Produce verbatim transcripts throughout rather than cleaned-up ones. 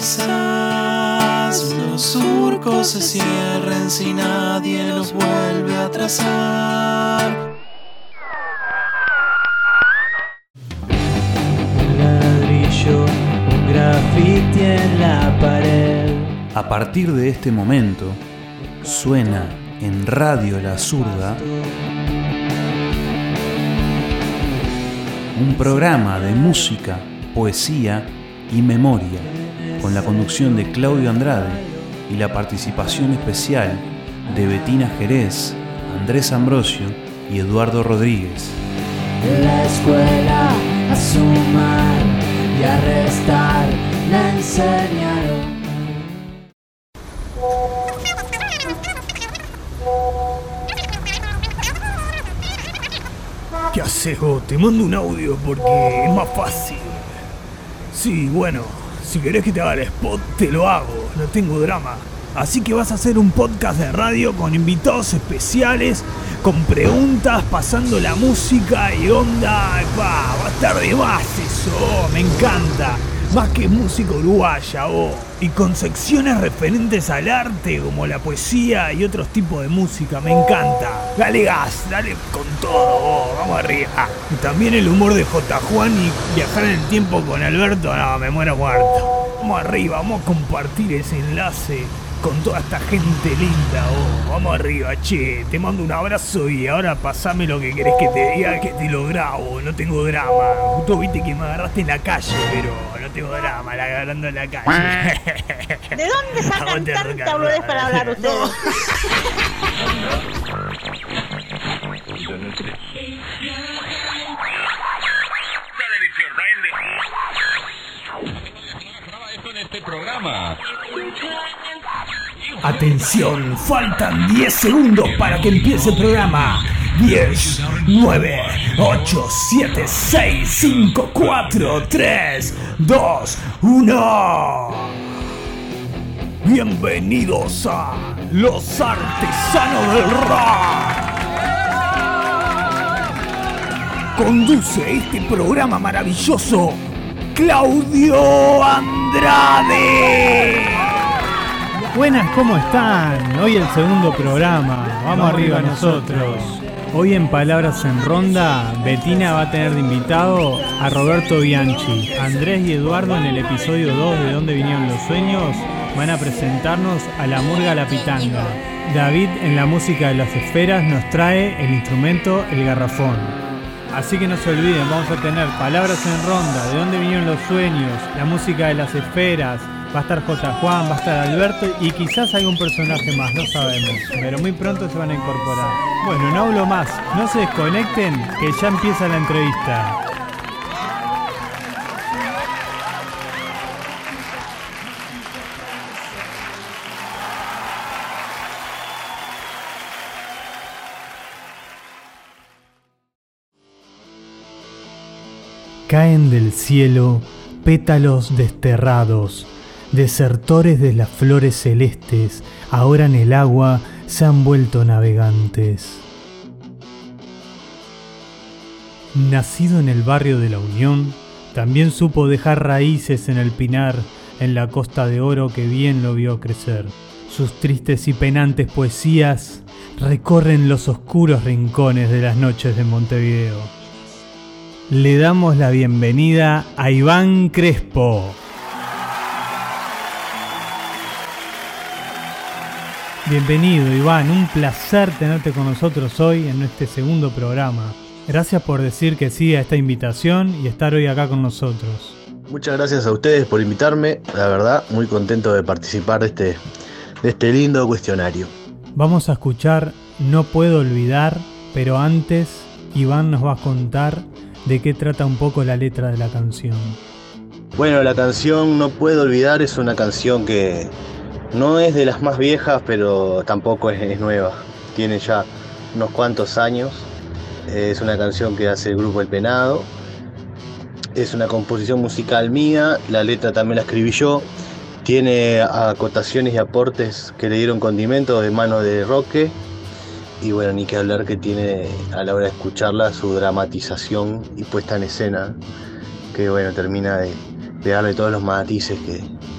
quizás los surcos se cierren si nadie los vuelve a trazar. Un ladrillo, un grafiti en la pared. A partir de este momento, suena en Radio La Zurda un programa de música, poesía y memoria, con la conducción de Claudio Andrade y la participación especial de Betina Jerez, Andrés Ambrosio y Eduardo Rodríguez. En la escuela a sumar y a restar me enseñaron. ¿Qué haces vos? Te mando un audio porque es más fácil. Sí, bueno, si querés que te haga el spot, te lo hago, no tengo drama. Así que vas a hacer un podcast de radio con invitados especiales, con preguntas, pasando la música y onda. Va, va a estar de más eso, me encanta. Más que música uruguaya, oh. Y con secciones referentes al arte, como la poesía y otros tipos de música, me encanta. Dale gas, dale con todo, oh. Vamos arriba. Y también el humor de J. Juan y viajar en el tiempo con Alberto, no, me muero muerto. Vamos arriba, vamos a compartir ese enlace con toda esta gente linda, oh. Vamos arriba, che, te mando un abrazo y ahora pasame lo que querés que te diga, que te lo grabo, no tengo drama. Justo viste que me agarraste en la calle, pero no tengo drama, la agarrando en la calle. ¿De dónde sacan tanta boludez para hablar ustedes? Este programa. Atención, faltan diez segundos para que empiece el programa. diez, nueve, ocho, siete, seis, cinco, cuatro, tres, dos, uno. Bienvenidos a Los Artesanos del Rock. Conduce este programa maravilloso Claudio Andrade. Buenas, ¿cómo están? Hoy el segundo programa, vamos, vamos arriba nosotros. Hoy en Palabras en Ronda, Betina va a tener de invitado a Roberto Bianchi. Andrés y Eduardo en el episodio dos de Dónde vinieron los sueños van a presentarnos a la murga La Pitanga. David en la música de las esferas nos trae el instrumento El Garrafón. Así que no se olviden, vamos a tener Palabras en Ronda, De dónde vinieron los sueños, la música de las esferas, va a estar J. Juan, va a estar Alberto y quizás algún personaje más, no sabemos, pero muy pronto se van a incorporar. Bueno, no hablo más, no se desconecten, que ya empieza la entrevista. Caen del cielo pétalos desterrados, desertores de las flores celestes, ahora en el agua se han vuelto navegantes. Nacido en el barrio de la Unión, también supo dejar raíces en el pinar, en la Costa de Oro que bien lo vio crecer. Sus tristes y penantes poesías recorren los oscuros rincones de las noches de Montevideo. Le damos la bienvenida a Iván Crespo. Bienvenido, Iván, un placer tenerte con nosotros hoy en este segundo programa. Gracias por decir que sí a esta invitación y estar hoy acá con nosotros. Muchas gracias a ustedes por invitarme, la verdad, muy contento de participar de este, de este lindo cuestionario. Vamos a escuchar No Puedo Olvidar, pero antes Iván nos va a contar de qué trata un poco la letra de la canción. Bueno, la canción No Puedo Olvidar es una canción que no es de las más viejas, pero tampoco es, es nueva. Tiene ya unos cuantos años. Es una canción que hace el grupo El Penado. Es una composición musical mía, la letra también la escribí yo. Tiene acotaciones y aportes que le dieron condimentos de mano de Roque. Y bueno, ni que hablar que tiene a la hora de escucharla su dramatización y puesta en escena, que bueno, termina de, de darle todos los matices que,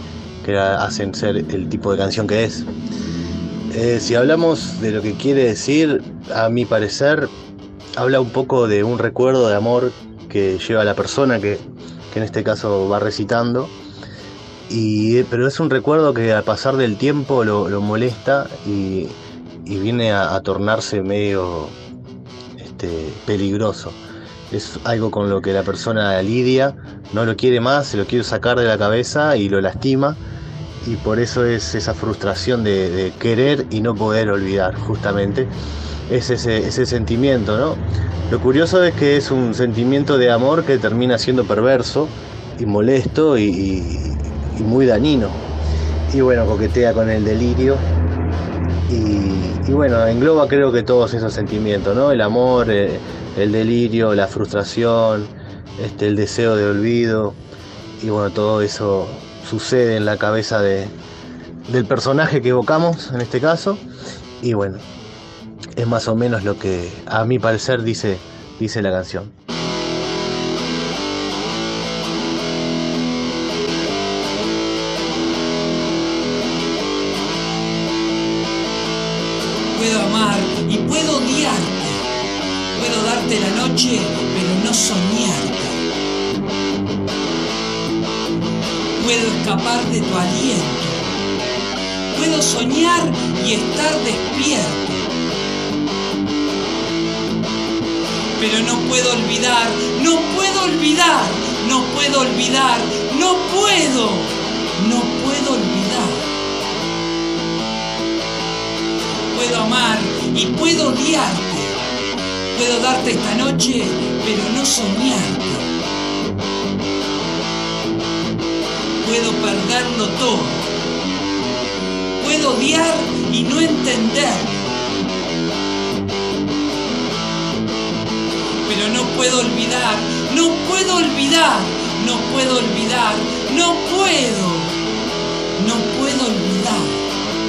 que la hacen ser el tipo de canción que es. Eh, si hablamos de lo que quiere decir, a mi parecer, habla un poco de un recuerdo de amor que lleva la persona que, que en este caso va recitando, y, pero es un recuerdo que al pasar del tiempo lo, lo molesta y, y viene a, a tornarse medio este, peligroso. Es algo con lo que la persona lidia, no lo quiere más, se lo quiere sacar de la cabeza y lo lastima, y por eso es esa frustración de, de querer y no poder olvidar, justamente. Es ese, ese sentimiento, ¿no? Lo curioso es que es un sentimiento de amor que termina siendo perverso y molesto y, y, y muy dañino. Y bueno, coquetea con el delirio. Y, y bueno, engloba creo que todos esos sentimientos, ¿no? El amor, el, el delirio, la frustración, este, el deseo de olvido. Y bueno, todo eso sucede en la cabeza de, del personaje que evocamos en este caso. Y bueno, es más o menos lo que a mi parecer dice, dice la canción. Puedo amar y puedo odiarte. Puedo darte la noche, pero no soñarte. Puedo escapar de tu aliento. Puedo soñar y estar despierto. Pero no puedo olvidar, no puedo olvidar, no puedo olvidar, no puedo, no puedo olvidar. Puedo amar y puedo odiarte. Puedo darte esta noche, pero no soñarte. Puedo perderlo todo. Puedo odiar y no entender. Pero no puedo olvidar, no puedo olvidar, no puedo olvidar, no puedo, no puedo olvidar.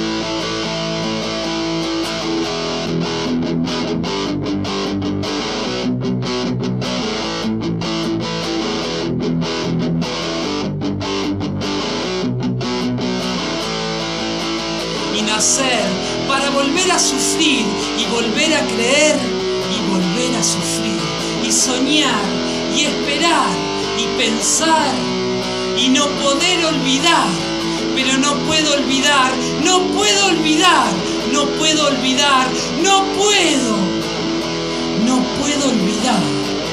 Y nacer para volver a sufrir y volver a creer y volver a sufrir. Y soñar, y esperar, y pensar, y no poder olvidar. Pero no puedo olvidar, no puedo olvidar, no puedo olvidar, no puedo, no puedo olvidar.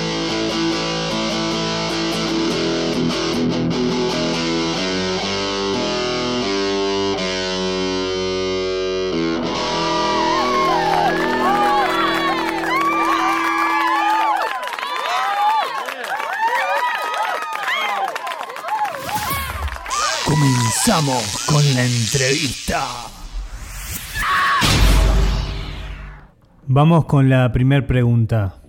Comenzamos con la entrevista. Vamos con la primera pregunta.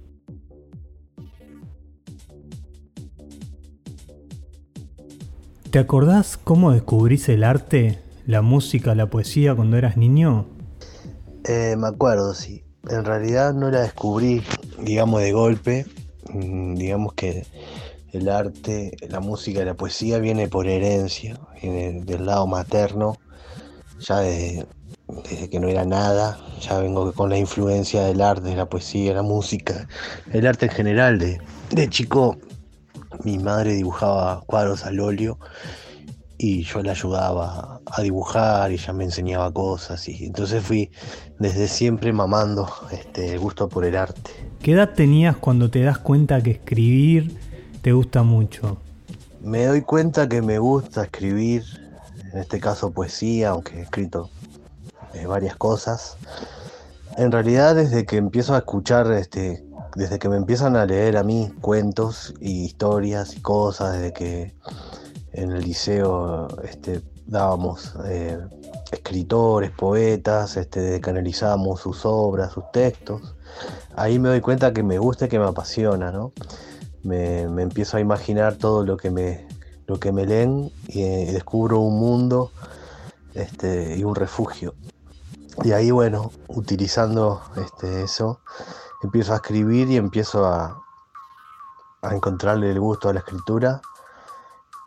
¿Te acordás cómo descubrís el arte, la música, la poesía cuando eras niño? Eh, me acuerdo, sí. En realidad no la descubrí, digamos, de golpe. Digamos que el arte, la música y la poesía viene por herencia, viene del lado materno, ya desde, desde que no era nada, ya vengo con la influencia del arte, de la poesía, la música, el arte en general. De, de chico mi madre dibujaba cuadros al óleo y yo la ayudaba a dibujar y ella me enseñaba cosas, y entonces fui desde siempre mamando este, el gusto por el arte. ¿Qué edad tenías cuando te das cuenta que escribir te gusta mucho? Me doy cuenta que me gusta escribir, en este caso poesía, aunque he escrito eh, varias cosas. En realidad desde que empiezo a escuchar, este, desde que me empiezan a leer a mí cuentos y historias y cosas, desde que en el liceo este, dábamos eh, escritores, poetas, este, desde que analizábamos sus obras, sus textos, ahí me doy cuenta que me gusta y que me apasiona, ¿no? Me, me empiezo a imaginar todo lo que me, lo que me leen y, eh, descubro un mundo este, y un refugio. Y ahí, bueno, utilizando este, eso, empiezo a escribir y empiezo a, a encontrarle el gusto a la escritura.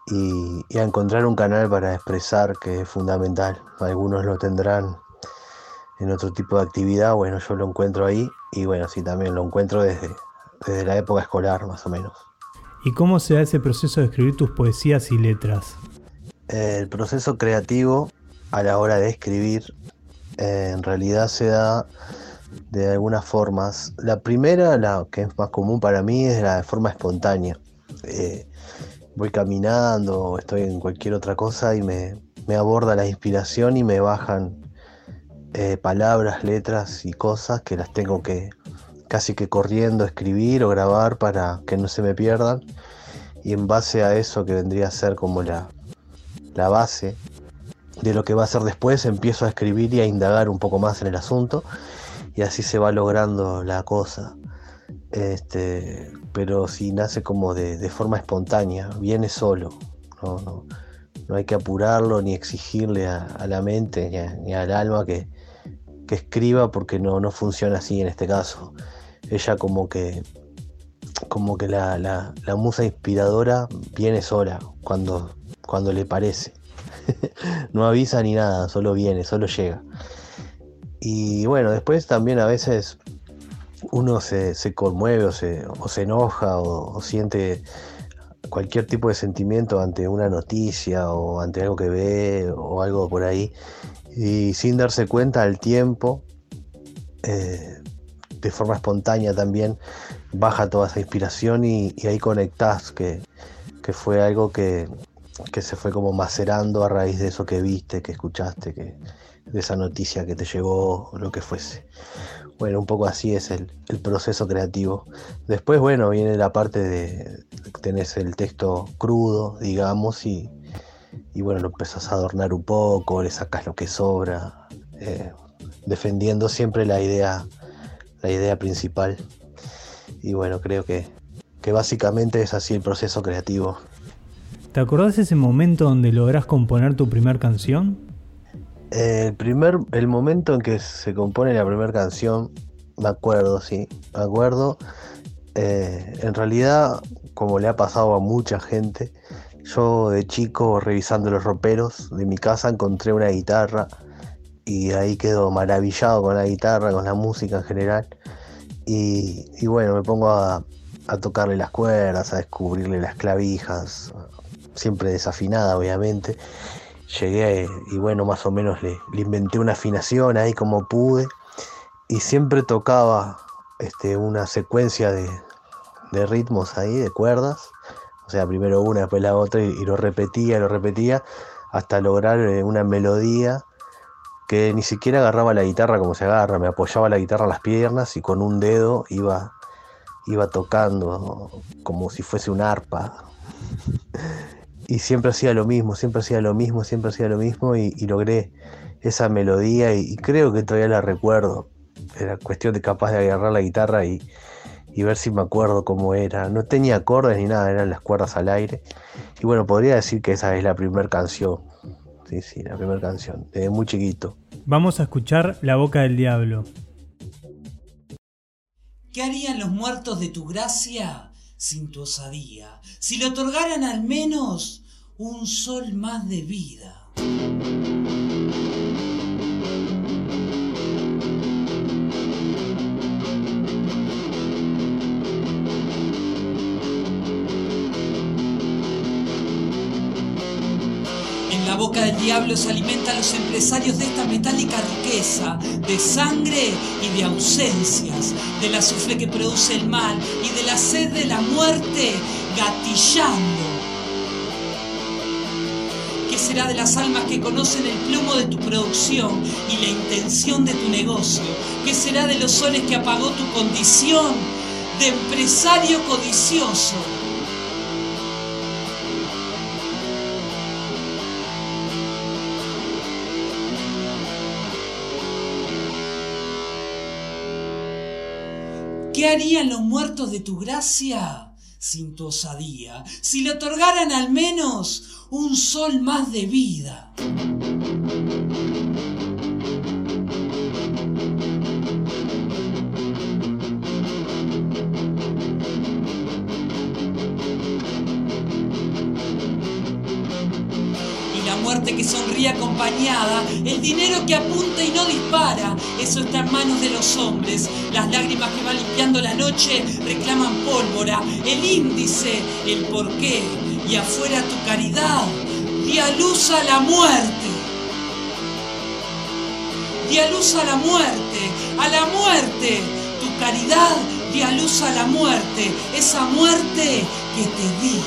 y, y a encontrar un canal para expresar, que es fundamental. Algunos lo tendrán en otro tipo de actividad, bueno, yo lo encuentro ahí, y bueno, sí, también lo encuentro desde, desde la época escolar, más o menos. ¿Y cómo se da ese proceso de escribir tus poesías y letras? El proceso creativo a la hora de escribir eh, en realidad se da de algunas formas. La primera, la que es más común para mí, es la de forma espontánea. Eh, voy caminando, estoy en cualquier otra cosa y me, me aborda la inspiración y me bajan eh, palabras, letras y cosas que las tengo que casi que corriendo escribir o grabar para que no se me pierdan. Y en base a eso, que vendría a ser como la, la base de lo que va a ser después, empiezo a escribir y a indagar un poco más en el asunto, y así se va logrando la cosa. Este, pero si nace como de, de forma espontánea, viene solo, no, no, no hay que apurarlo ni exigirle a, a la mente ni, a, ni al alma que, que escriba, porque no, no funciona así en este caso. Ella como que, como que la, la, la musa inspiradora viene sola cuando, cuando le parece. No avisa ni nada, solo viene, solo llega. Y bueno, después también a veces uno se, se conmueve o se, o se enoja o, o siente cualquier tipo de sentimiento ante una noticia o ante algo que ve o algo por ahí, y sin darse cuenta al tiempo, eh, de forma espontánea también, baja toda esa inspiración y, y ahí conectás que, que fue algo que, que se fue como macerando a raíz de eso que viste, que escuchaste, que, de esa noticia que te llegó, lo que fuese. Bueno, un poco así es el, el proceso creativo. Después, bueno, viene la parte de tenés el texto crudo, digamos, y, y bueno, lo empezás a adornar un poco, le sacás lo que sobra, eh, defendiendo siempre la idea, la idea principal. Y bueno, creo que, que básicamente es así el proceso creativo. ¿Te acordás ese momento donde lográs componer tu primer canción? El primer, el momento en que se compone la primera canción, me acuerdo, sí, me acuerdo. Eh, en realidad, como le ha pasado a mucha gente, yo de chico, revisando los roperos de mi casa, encontré una guitarra y ahí quedo maravillado con la guitarra, con la música en general. Y, y bueno, me pongo a, a tocarle las cuerdas, a descubrirle las clavijas, siempre desafinada, obviamente. Llegué y bueno, más o menos le, le inventé una afinación ahí como pude, y siempre tocaba este, una secuencia de, de ritmos ahí, de cuerdas, o sea, primero una, después la otra, y, y lo repetía, lo repetía, hasta lograr eh, una melodía que ni siquiera agarraba la guitarra como se agarra, me apoyaba la guitarra en las piernas y con un dedo iba, iba tocando como si fuese un arpa. Y siempre hacía lo mismo, siempre hacía lo mismo, siempre hacía lo mismo y, y logré esa melodía y, y creo que todavía la recuerdo. Era cuestión de capaz de agarrar la guitarra y, y ver si me acuerdo cómo era. No tenía acordes ni nada, eran las cuerdas al aire. Y bueno, podría decir que esa es la primera canción. Sí, sí, la primera canción, desde muy chiquito. Vamos a escuchar La Boca del Diablo. ¿Qué harían los muertos de tu gracia sin tu osadía, si le otorgaran al menos un sol más de vida? En la boca del diablo se alimentan los empresarios de esta metálica riqueza, de sangre y de ausencias, del azufre que produce el mal y de la sed de la muerte gatillando. ¿Qué será de las almas que conocen el plomo de tu producción y la intención de tu negocio? ¿Qué será de los soles que apagó tu condición de empresario codicioso? ¿Qué harían los muertos de tu gracia sin tu osadía, si le otorgaran al menos un sol más de vida? muerte que sonríe acompañada, el dinero que apunta y no dispara, eso está en manos de los hombres. Las lágrimas que van limpiando la noche reclaman pólvora, el índice, el porqué, y afuera tu caridad, di a luz a la muerte. Di a luz a la muerte, a la muerte, tu caridad, di a luz a la muerte, esa muerte que te di.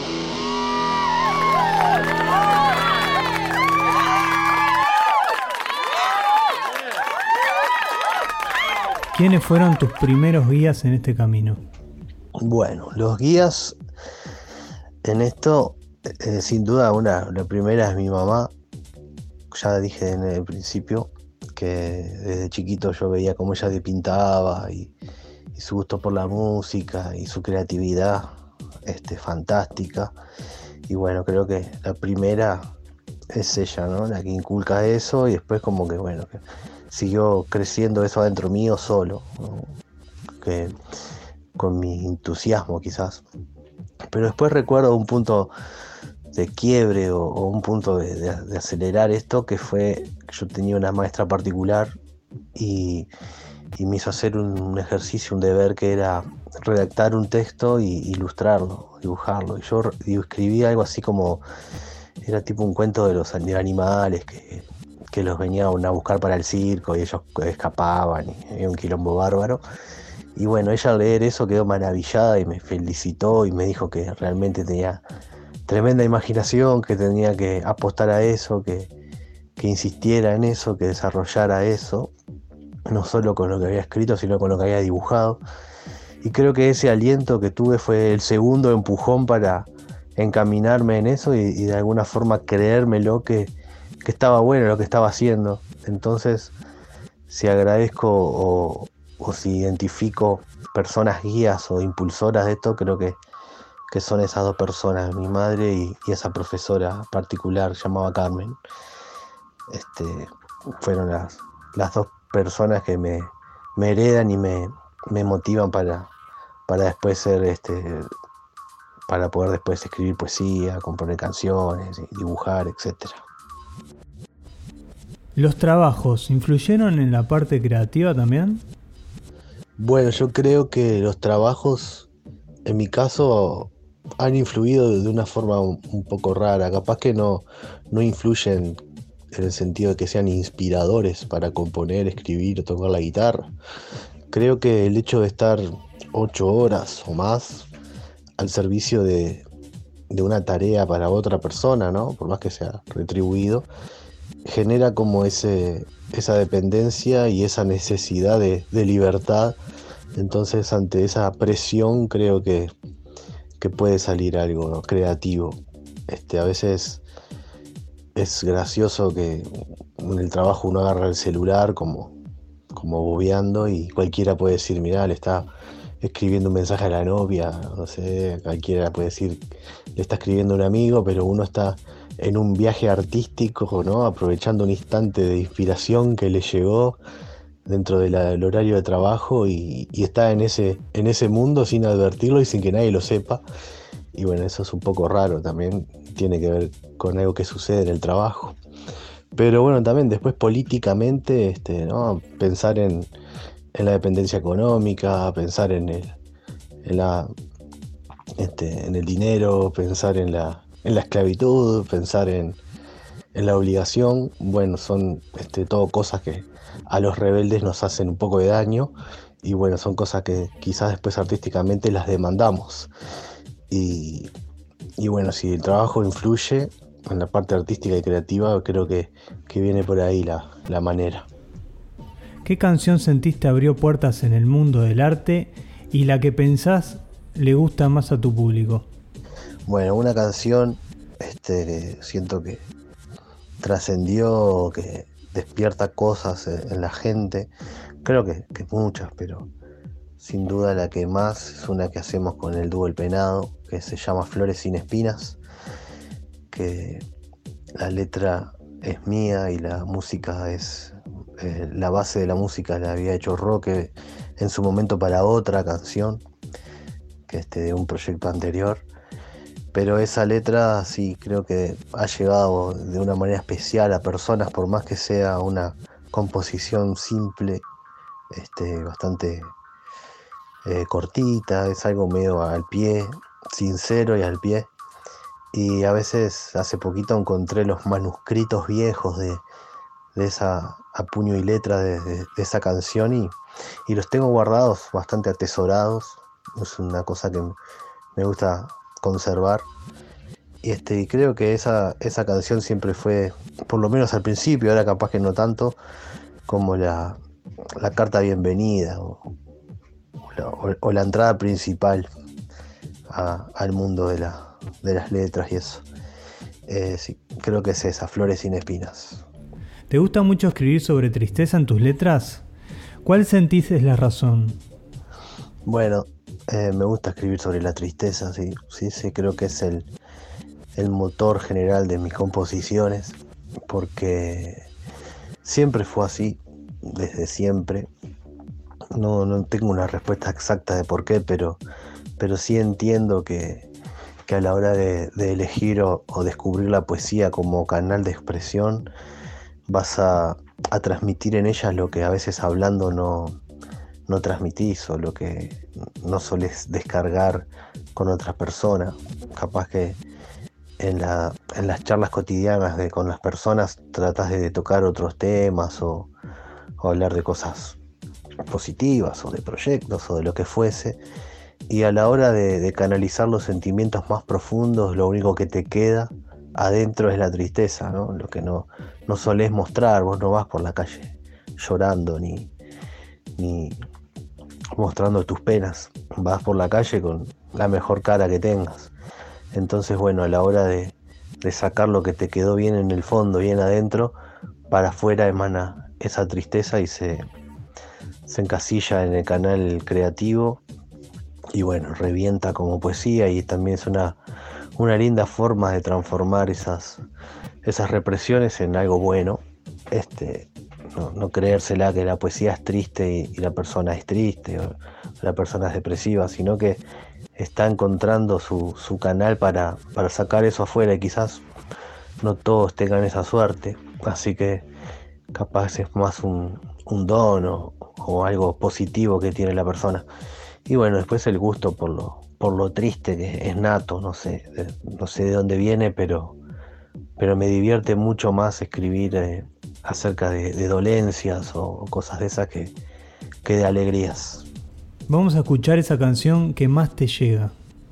¿Quiénes fueron tus primeros guías en este camino? Bueno, los guías en esto, eh, sin duda, una, la primera es mi mamá. Ya dije en el principio que desde chiquito yo veía cómo ella pintaba y, y su gusto por la música y su creatividad este, fantástica. Y bueno, creo que la primera es ella, ¿no? La que inculca eso, y después como que bueno, que siguió creciendo eso adentro mío solo, ¿no? Que con mi entusiasmo quizás. Pero después recuerdo un punto de quiebre o, o un punto de, de, de acelerar esto, que fue que yo tenía una maestra particular y, y me hizo hacer un, un ejercicio, un deber, que era redactar un texto y ilustrarlo, dibujarlo. Y yo y escribí algo así como, era tipo un cuento de los de animales que, que los venían a buscar para el circo y ellos escapaban y había un quilombo bárbaro. Y bueno, ella al leer eso quedó maravillada y me felicitó y me dijo que realmente tenía tremenda imaginación, que tenía que apostar a eso, que, que insistiera en eso, que desarrollara eso, no solo con lo que había escrito, sino con lo que había dibujado. Y creo que ese aliento que tuve fue el segundo empujón para encaminarme en eso y, y de alguna forma creérmelo que, que estaba bueno lo que estaba haciendo. Entonces, si agradezco o, o si identifico personas guías o impulsoras de esto, creo que que son esas dos personas, mi madre y, y esa profesora particular llamada Carmen. Este, fueron las, las dos personas que me, me heredan y me, me motivan para, para después ser, este, para poder después escribir poesía, componer canciones, dibujar, etcétera. ¿Los trabajos influyeron en la parte creativa también? Bueno, yo creo que los trabajos, en mi caso, han influido de una forma un, un poco rara. Capaz que no, no influyen en el sentido de que sean inspiradores para componer, escribir o tocar la guitarra. Creo que el hecho de estar ocho horas o más al servicio de, de una tarea para otra persona, ¿no? Por más que sea retribuido, genera como ese, esa dependencia y esa necesidad de, de libertad. Entonces, ante esa presión, creo que que puede salir algo, ¿no?, creativo. Este, a veces es gracioso que en el trabajo uno agarra el celular como, como bobeando y cualquiera puede decir, mirá, le está escribiendo un mensaje a la novia, no sé, cualquiera puede decir, le está escribiendo a un amigo, pero uno está en un viaje artístico, ¿no?, aprovechando un instante de inspiración que le llegó dentro de la, del horario de trabajo y, y está en ese, en ese mundo sin advertirlo y sin que nadie lo sepa. Y bueno, eso es un poco raro también, tiene que ver con algo que sucede en el trabajo. Pero bueno, también después políticamente, este, ¿no?, pensar en, en la dependencia económica, pensar en el, en la, este, en el dinero, pensar en la, en la esclavitud, pensar en, en la obligación. Bueno, son este, todo cosas que a los rebeldes nos hacen un poco de daño y bueno, son cosas que quizás después artísticamente las demandamos. Y, y bueno, si el trabajo influye en la parte artística y creativa, creo que, que viene por ahí la, la manera. ¿Qué canción sentiste abrió puertas en el mundo del arte y la que pensás le gusta más a tu público? Bueno, una canción este, que siento que trascendió, que despierta cosas en la gente, creo que, que muchas, pero sin duda la que más es una que hacemos con el dúo El Penado, que se llama Flores sin Espinas, que la letra es mía y la música es, eh, la base de la música la había hecho Roque en su momento para otra canción, que este, de un proyecto anterior. pero esa letra sí creo que ha llegado de una manera especial a personas, por más que sea una composición simple, este, bastante eh, cortita, es algo medio al pie, sincero y al pie. Y a veces hace poquito encontré los manuscritos viejos de, de esa a puño y letra de, de, de esa canción y, y los tengo guardados, bastante atesorados. Es una cosa que me gusta conservar. Y este, y creo que esa, esa canción siempre fue, por lo menos al principio, ahora capaz que no tanto, como la, la carta bienvenida o, o, la, o, o la entrada principal a, al mundo de la de las letras y eso. Eh, sí, creo que es esa, Flores sin espinas. ¿Te gusta mucho escribir sobre tristeza en tus letras? ¿Cuál sentís es la razón? Bueno, eh, me gusta escribir sobre la tristeza, sí, sí, sí, creo que es el, el motor general de mis composiciones, porque siempre fue así, desde siempre. No, no tengo una respuesta exacta de por qué, pero, pero sí entiendo que que a la hora de, de elegir o, o descubrir la poesía como canal de expresión vas a, a transmitir en ella lo que a veces hablando no, no transmitís o lo que no solés descargar con otras personas. Capaz que en, la, en las charlas cotidianas de, con las personas tratás de tocar otros temas o, o hablar de cosas positivas o de proyectos o de lo que fuese. Y a la hora de, de canalizar los sentimientos más profundos, lo único que te queda adentro es la tristeza, ¿no? Lo que no, no solés mostrar. Vos no vas por la calle llorando ni, ni mostrando tus penas. Vas por la calle con la mejor cara que tengas. Entonces, bueno, a la hora de, de sacar lo que te quedó bien en el fondo, bien adentro, para afuera emana esa tristeza y se, se encasilla en el canal creativo. Y bueno, revienta como poesía y también es una, una linda forma de transformar esas, esas represiones en algo bueno. Este, no, no creérsela que la poesía es triste y, y la persona es triste o la persona es depresiva, sino que está encontrando su, su canal para, para sacar eso afuera y quizás no todos tengan esa suerte. Así que capaz es más un, un don o, o algo positivo que tiene la persona. Y bueno, después el gusto por lo, por lo triste que es nato, no sé, de, no sé de dónde viene, pero, pero me divierte mucho más escribir eh, acerca de, de dolencias o cosas de esas que, que de alegrías. Vamos a escuchar esa canción que más te llega.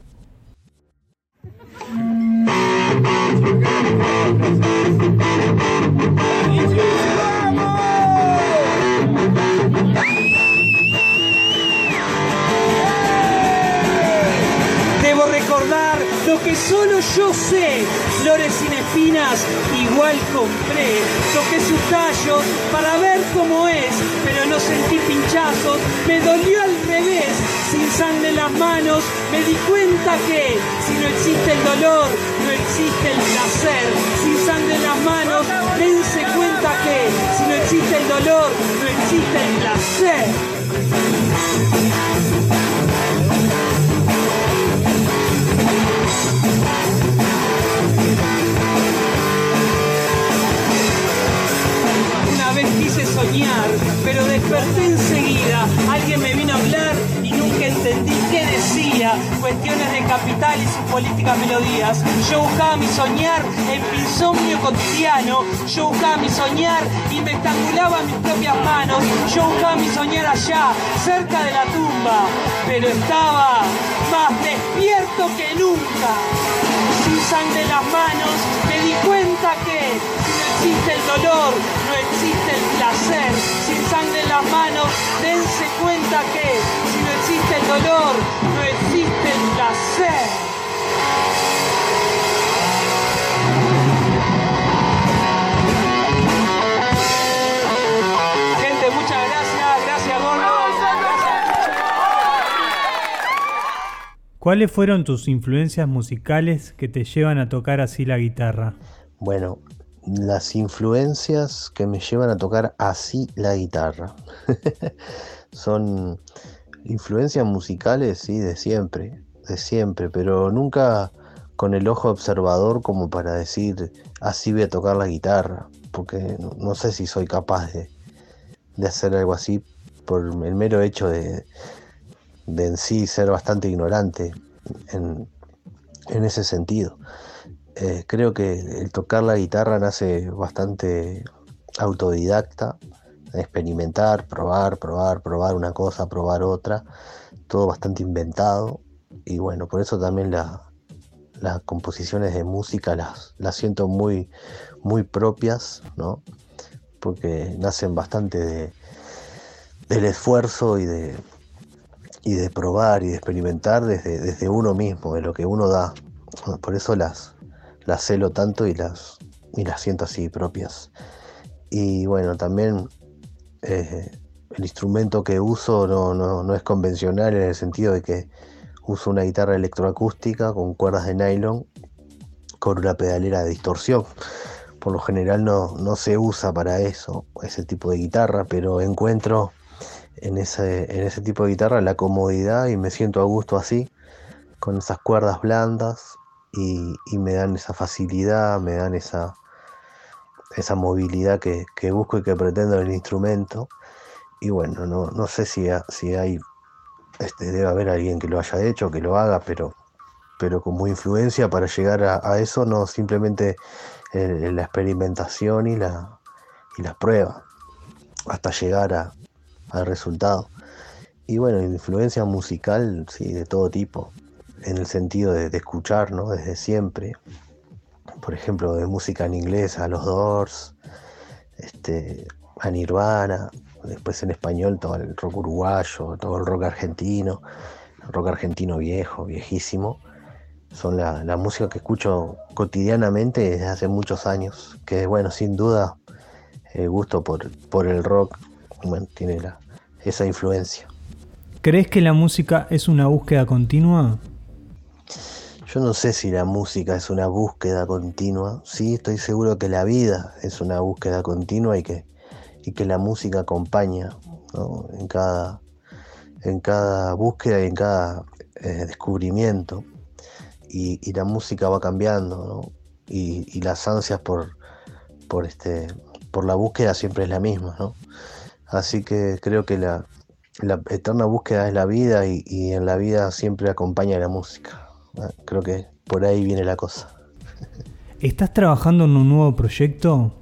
Debo recordar lo que solo yo sé, flores sin espinas, igual compré. Toqué sus tallos para ver cómo es, pero no sentí pinchazos, me dolió al revés. Sin sangre en las manos, me di cuenta que si no existe el dolor, no existe el placer. Sin sangre en las manos, dense cuenta que si no existe el dolor, no existe el placer. Una vez quise soñar, pero desperté enseguida. Alguien me vino a hablar y nunca entendí qué decía. Cuestiones de capital y sus políticas melodías. Yo buscaba mi soñar en mi insomnio cotidiano. Yo buscaba mi soñar y me estrangulaba mis propias manos. Yo buscaba mi soñar allá, cerca de la tumba, pero estaba más despierto que nunca. Sin sangre en las manos, me di cuenta que si no existe el dolor, no existe el placer. Sin sangre en las manos, dense cuenta que si no existe el dolor, no existe el placer. Gente, muchas gracias, gracias Gordo. ¿Cuáles fueron tus influencias musicales que te llevan a tocar así la guitarra? Bueno, las influencias que me llevan a tocar así la guitarra son influencias musicales, sí, de siempre, de siempre, pero nunca con el ojo observador como para decir, así voy a tocar la guitarra, porque no, no sé si soy capaz de, de hacer algo así por el mero hecho de, de en sí ser bastante ignorante en, en ese sentido. Eh, creo que el tocar la guitarra nace bastante autodidacta, experimentar, probar, probar, probar una cosa, probar otra, todo bastante inventado, y bueno, por eso también la, las composiciones de música las, las siento muy, muy propias, ¿no? Porque nacen bastante de, del esfuerzo y de, y de probar y de experimentar desde, desde uno mismo, de lo que uno da. Por eso las, las celo tanto y las, y las siento así propias. Y bueno, también eh, el instrumento que uso no, no, no es convencional, en el sentido de que uso una guitarra electroacústica con cuerdas de nylon con una pedalera de distorsión. Por lo general no, no se usa para eso, ese tipo de guitarra, pero encuentro en ese, en ese tipo de guitarra la comodidad y me siento a gusto así, con esas cuerdas blandas, y, y me dan esa facilidad, me dan esa, esa movilidad que, que busco y que pretendo en el instrumento. Y bueno, no, no sé si, ha, si hay, este, debe haber alguien que lo haya hecho, que lo haga, pero, pero como influencia para llegar a, a eso, no simplemente eh, la experimentación y la, y la prueba, hasta llegar a, al resultado. Y bueno, influencia musical, sí, de todo tipo, en el sentido de, de escuchar, ¿no? Desde siempre. Por ejemplo, de música en inglés a los Doors, este, a Nirvana, después en español todo el rock uruguayo, todo el rock argentino, el rock argentino viejo, viejísimo. Son la, la música que escucho cotidianamente desde hace muchos años, que bueno, sin duda el gusto por, por el rock, bueno, tiene la, esa influencia. ¿Crees que la música es una búsqueda continua? Yo no sé si la música es una búsqueda continua. Sí, estoy seguro que la vida es una búsqueda continua y que, y que la música acompaña, ¿no? en, cada, en cada búsqueda y en cada eh, descubrimiento. Y, y la música va cambiando, ¿no? y, y las ansias por, por, este, por la búsqueda siempre es la misma, ¿no? Así que creo que la, la eterna búsqueda es la vida, y, y en la vida siempre acompaña la música. Creo que por ahí viene la cosa. ¿Estás trabajando en un nuevo proyecto?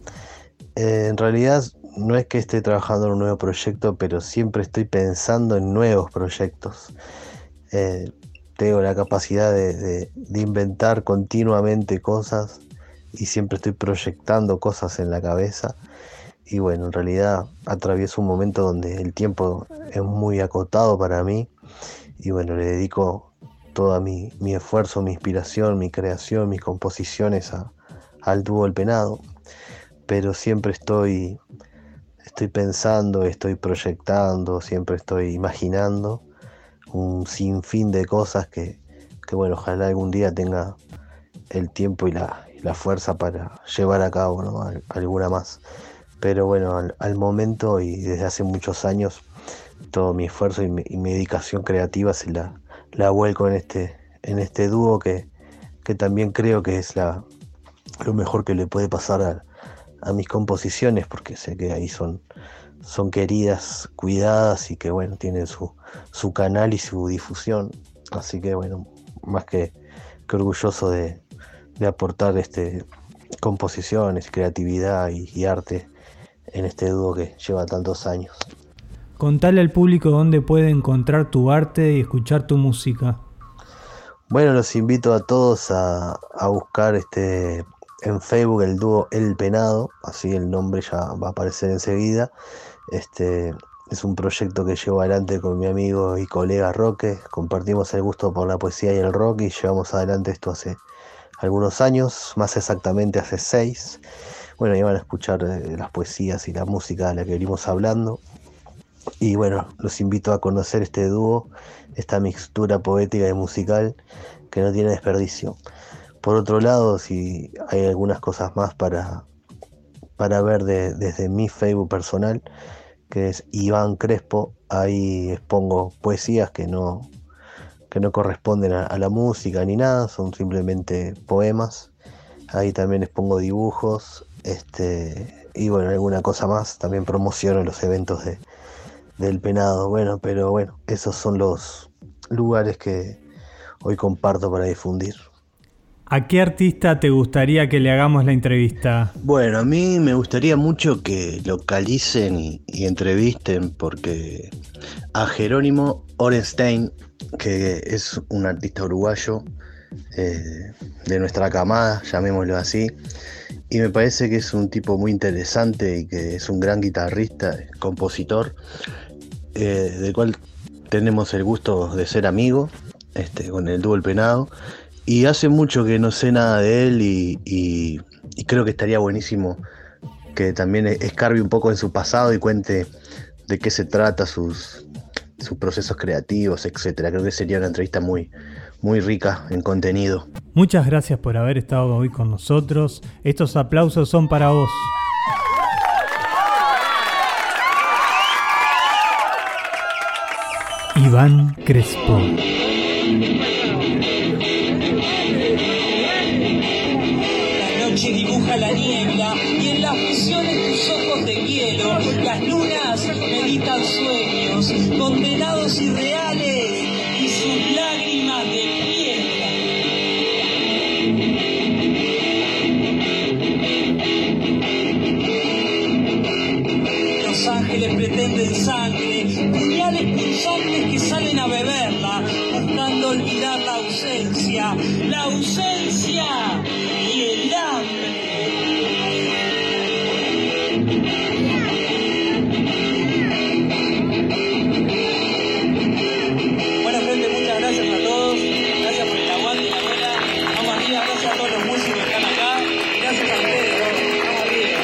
Eh, en realidad no es que esté trabajando en un nuevo proyecto, pero siempre estoy pensando en nuevos proyectos. Eh, tengo la capacidad de, de, de inventar continuamente cosas, y siempre estoy proyectando cosas en la cabeza. Y bueno, en realidad atravieso un momento donde el tiempo es muy acotado para mí, y bueno, le dedico todo mi, mi esfuerzo, mi inspiración, mi creación, mis composiciones a, al dúo El Penado. Pero siempre estoy, estoy pensando, estoy proyectando, siempre estoy imaginando un sinfín de cosas que, que bueno, ojalá algún día tenga el tiempo y la, y la fuerza para llevar a cabo, ¿no? Al, alguna más. Pero bueno, al, al momento y desde hace muchos años, todo mi esfuerzo y mi, y mi dedicación creativa se la la vuelco en este, en este dúo que, que también creo que es la, lo mejor que le puede pasar a, a mis composiciones, porque sé que ahí son, son queridas, cuidadas, y que bueno, tienen su, su canal y su difusión. Así que bueno, más que, que orgulloso de, de aportar este, composiciones, creatividad y, y arte en este dúo que lleva tantos años. Contale al público dónde puede encontrar tu arte y escuchar tu música. Bueno, los invito a todos a, a buscar este en Facebook el dúo El Penado, así el nombre ya va a aparecer enseguida. Este es un proyecto que llevo adelante con mi amigo y colega Roque. Compartimos el gusto por la poesía y el rock, y llevamos adelante esto hace algunos años, más exactamente hace seis. Bueno, y van a escuchar eh, las poesías y la música de la que venimos hablando. Y bueno, los invito a conocer este dúo, esta mixtura poética y musical que no tiene desperdicio. Por otro lado, si hay algunas cosas más para, para ver de, desde mi Facebook personal, que es Iván Crespo, ahí expongo poesías que no, que no corresponden a, a la música ni nada, son simplemente poemas. Ahí también les pongo dibujos, este, y bueno, alguna cosa más. También promociono los eventos de, del penado. Bueno, pero bueno, esos son los lugares que hoy comparto para difundir. ¿A qué artista te gustaría que le hagamos la entrevista? Bueno, a mí me gustaría mucho que localicen y, y entrevisten, porque a Jerónimo Orenstein, que es un artista uruguayo eh, de nuestra camada, llamémoslo así, y me parece que es un tipo muy interesante y que es un gran guitarrista, compositor, eh, del cual tenemos el gusto de ser amigos, este, con el dúo El Penado. Y hace mucho que no sé nada de él y, y, y creo que estaría buenísimo que también escarbe un poco en su pasado y cuente de qué se trata, sus, sus procesos creativos, etcétera. Creo que sería una entrevista muy, muy rica en contenido. Muchas gracias por haber estado hoy con nosotros. Estos aplausos son para vos. Iván Crespo. Dibuja la niebla y en las visiones tus ojos de hielo, las lunas meditan sueños, condenados irreales y sus lágrimas de piedra. Los ángeles pretenden sangre, puñales pulsantes que salen a beberla, buscando olvidar la ausencia, la ausencia y el hambre. Bueno, gente, muchas gracias a todos. Gracias por el aguante y la bola. Vamos arriba, gracias a todos los músicos que están acá. Gracias a ustedes, vamos arriba.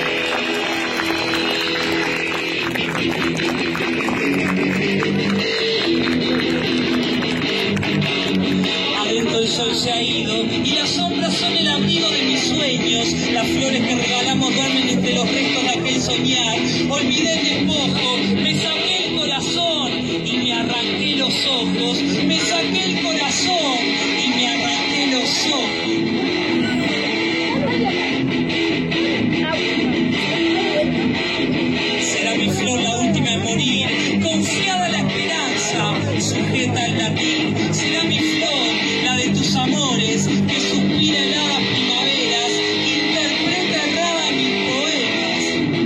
Adentro el sol se ha ido y las sombras son el abrigo de mis sueños. Las flores que regalamos duermen entre los restos de aquel soñar. Olvidé el despojo, me saqué el corazón y me arranqué los ojos. Me saqué el corazón y me arranqué los ojos. Será mi flor la última en morir, confiada en la esperanza, sujeta al latín. Será mi flor, la de tus amores, que suspira heladas primaveras, interpreta errada mis poemas.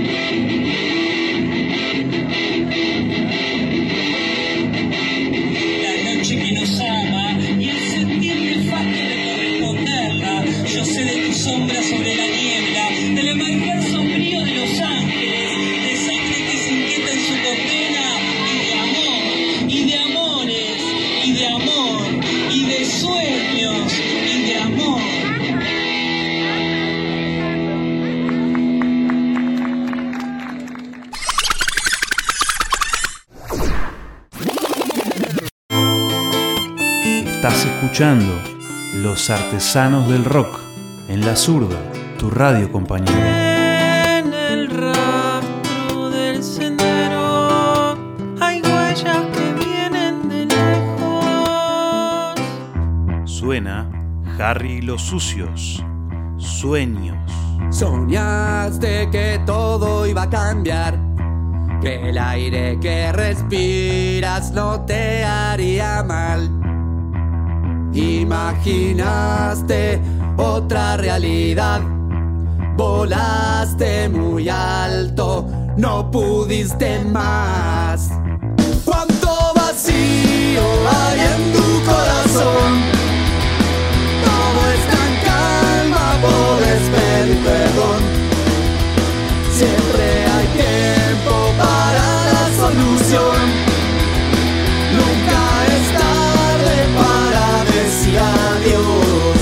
La noche que nos ama y el sentir nefasto de corresponderla. Yo sé de tu sombra sobre la niebla, del emerger sombrío de los ángeles, de sangre que se inquieta en su condena, y de amor, y de amores, y de amor, y de sueños, y de amor. Estás escuchando Los Artesanos del Rock en La Zurda, tu radio compañero. En el rastro del sendero hay huellas que vienen de lejos. Suena Harry y los Sucios, Sueños. Soñaste que todo iba a cambiar, que el aire que respiras no te haría mal. Imaginaste otra realidad, volaste muy alto, no pudiste más. ¿Cuánto vacío hay en tu corazón? Todo está en calma, puedes pedir perdón. Siempre hay tiempo para la solución. Nunca es tarde para decir adiós.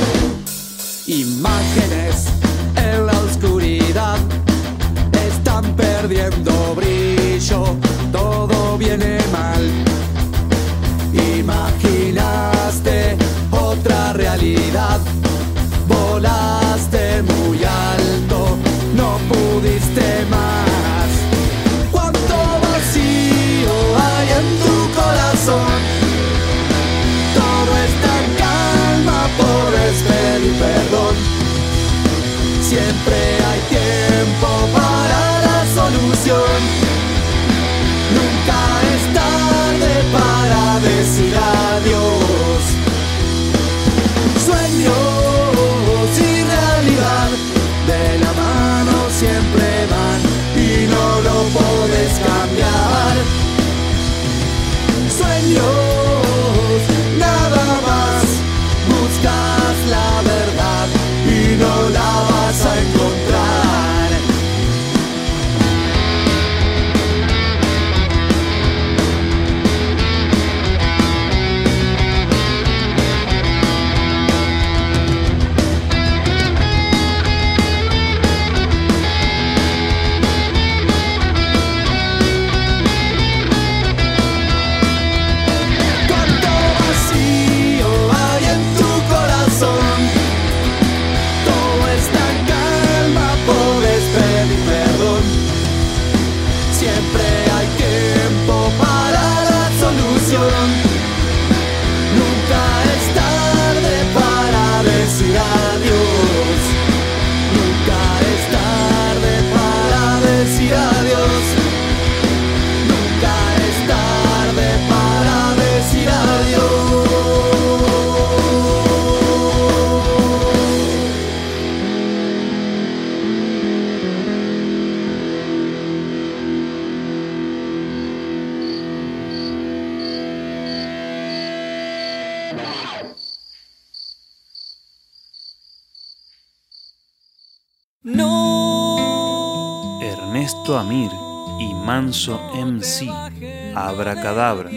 Imágenes en la oscuridad están perdiendo brillo, todo viene mal. Imaginaste otra realidad, volaste muy alto, no pudiste más. ¿Cuánto vacío hay en tu corazón? No. Ernesto Amir y Manso M C, Abracadabra.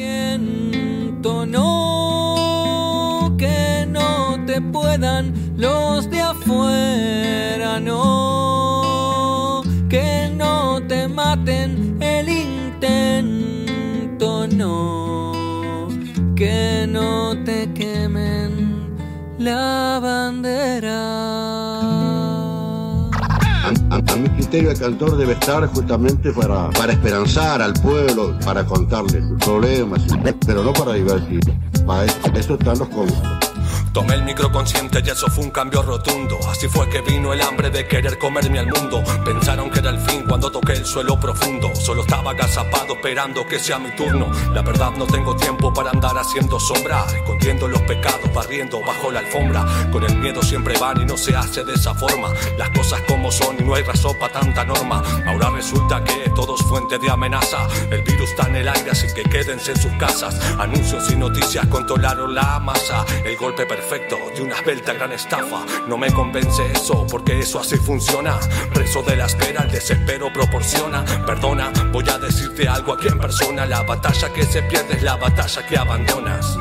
No, que no te puedan los de afuera, no, que no te maten el intento, no, que no te quemen la bandera. A, a, a mi criterio, el cantor debe estar justamente para, para esperanzar al pueblo, para contarle sus problemas, pero no para divertir. Para eso, eso están los cómicos. Tomé el micro consciente y eso fue un cambio rotundo. Así fue que vino el hambre de querer comerme al mundo. Pensaron que era el fin cuando toqué el suelo profundo. Solo estaba agazapado esperando que sea mi turno. La verdad no tengo tiempo para andar haciendo sombra, escondiendo los pecados, barriendo bajo la alfombra. Con el miedo siempre van y no se hace de esa forma. Las cosas como son y no hay razón para tanta norma. Ahora resulta que todo es fuente de amenaza. El virus está en el aire, así que quédense en sus casas. Anuncios y noticias controlaron la masa. El golpe perfecto de una esbelta gran estafa. No me convence eso, porque eso así funciona. Preso de la espera, el desespero proporciona. Perdona, voy a decirte algo aquí en persona. La batalla que se pierde es la batalla que abandonas.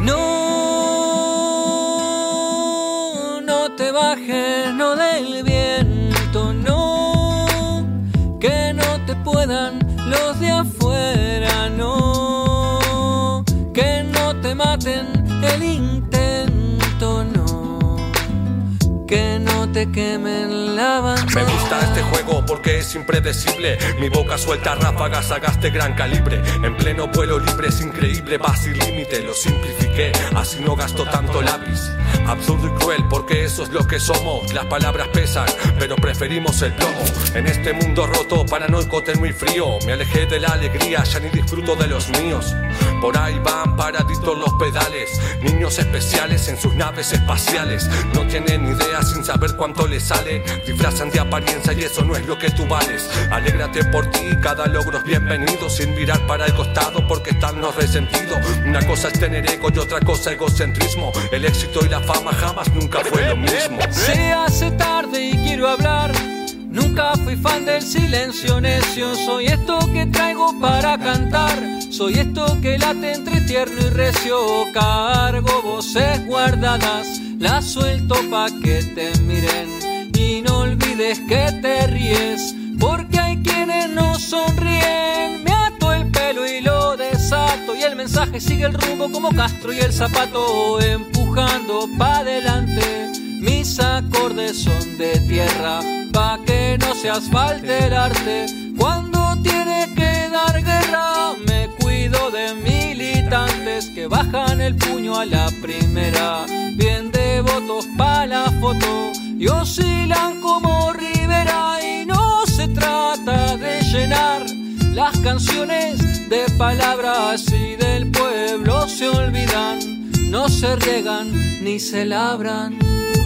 No, no te bajes, no del viento, no, que no te puedan los de afuera, no, que no te maten el intento, no, que no te quemen la bandera. Me gusta este juego porque es impredecible. Mi boca suelta ráfagas sagas de gran calibre. En pleno vuelo libre es increíble, va sin límite. Lo simplifiqué, así no gasto tanto lápiz. Absurdo y cruel porque eso es lo que somos. Las palabras pesan, pero preferimos el plomo. En este mundo roto, paranoico, tenue y frío, me alejé de la alegría, ya ni disfruto de los míos. Por ahí van paraditos los pedales, niños especiales en sus naves espaciales. No tienen idea sin saber cuánto les sale. Disfrazan de apariencia y eso no es lo que tú vales. Alégrate por ti, cada logro es bienvenido, sin mirar para el costado porque están los resentidos. Una cosa es tener ego y otra cosa egocentrismo. El éxito y la fama jamás nunca fue lo mismo. Se hace tarde y quiero hablar. Nunca fui fan del silencio necio. Soy esto que traigo para cantar. Soy esto que late entre tierno y recio. Cargo voces guardadas, las suelto pa' que te miren. Y no olvides que te ríes, porque hay quienes no sonríen. Me ato el pelo y lo desato, y el mensaje sigue el rumbo como Castro y el zapato. Empujando pa' adelante, mis acordes son de tierra, pa' que no se asfalte el arte. Cuando tiene que dar guerra, me cuido de militantes que bajan el puño a la primera. Bien devotos pa' la foto y oscilan como Rivera. Y no se trata de llenar las canciones de palabras, y del pueblo se olvidan, no se riegan ni se labran.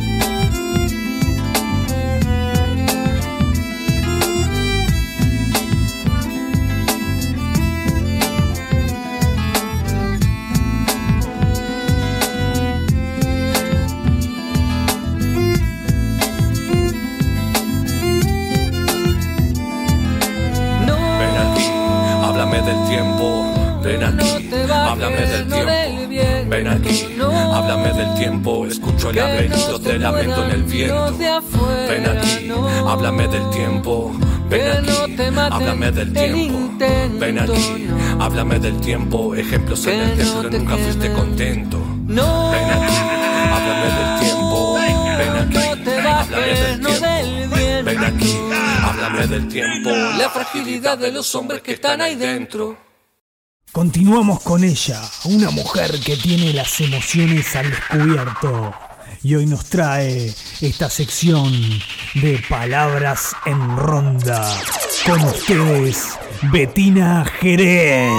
Del tiempo, ven aquí, háblame del tiempo, ven aquí, háblame del tiempo, escucho el laberinto de lamento en el viento, ven aquí, háblame del tiempo, ven aquí, háblame del tiempo, ven aquí, háblame del tiempo, ejemplos en el templo, nunca fuiste contento, ven aquí, háblame del tiempo, ven aquí, háblame del tiempo, ven aquí, háblame del tiempo, la fragilidad de los hombres que están ahí dentro. Continuamos con ella, una mujer que tiene las emociones al descubierto, y hoy nos trae esta sección de Palabras en Ronda. Con ustedes, Betina Jerez.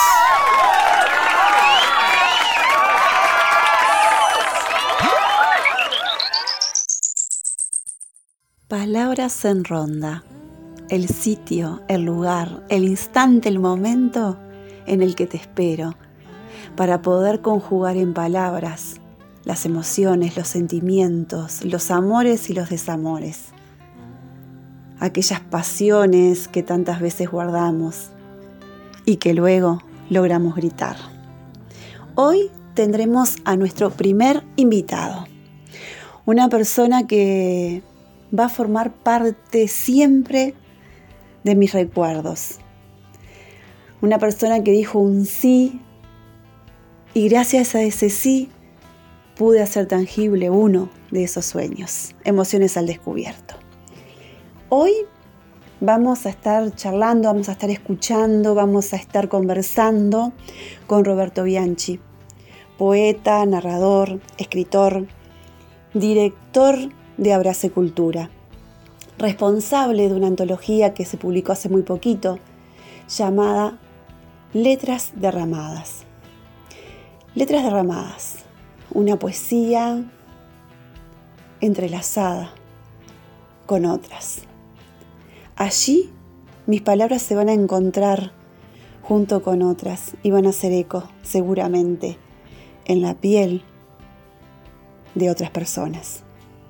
Palabras en Ronda. El sitio, el lugar, el instante, el momento en el que te espero, para poder conjugar en palabras las emociones, los sentimientos, los amores y los desamores. aquellas pasiones que tantas veces guardamos y que luego logramos gritar. Hoy tendremos a nuestro primer invitado, una persona que va a formar parte siempre de mis recuerdos, una persona que dijo un sí y gracias a ese sí pude hacer tangible uno de esos sueños, Emociones al Descubierto. Hoy vamos a estar charlando, vamos a estar escuchando, vamos a estar conversando con Roberto Bianchi, poeta, narrador, escritor, director de Abrace Cultura, responsable de una antología que se publicó hace muy poquito, llamada Letras Derramadas. Letras Derramadas, una poesía entrelazada con otras. Allí mis palabras se van a encontrar junto con otras y van a hacer eco, seguramente, en la piel de otras personas.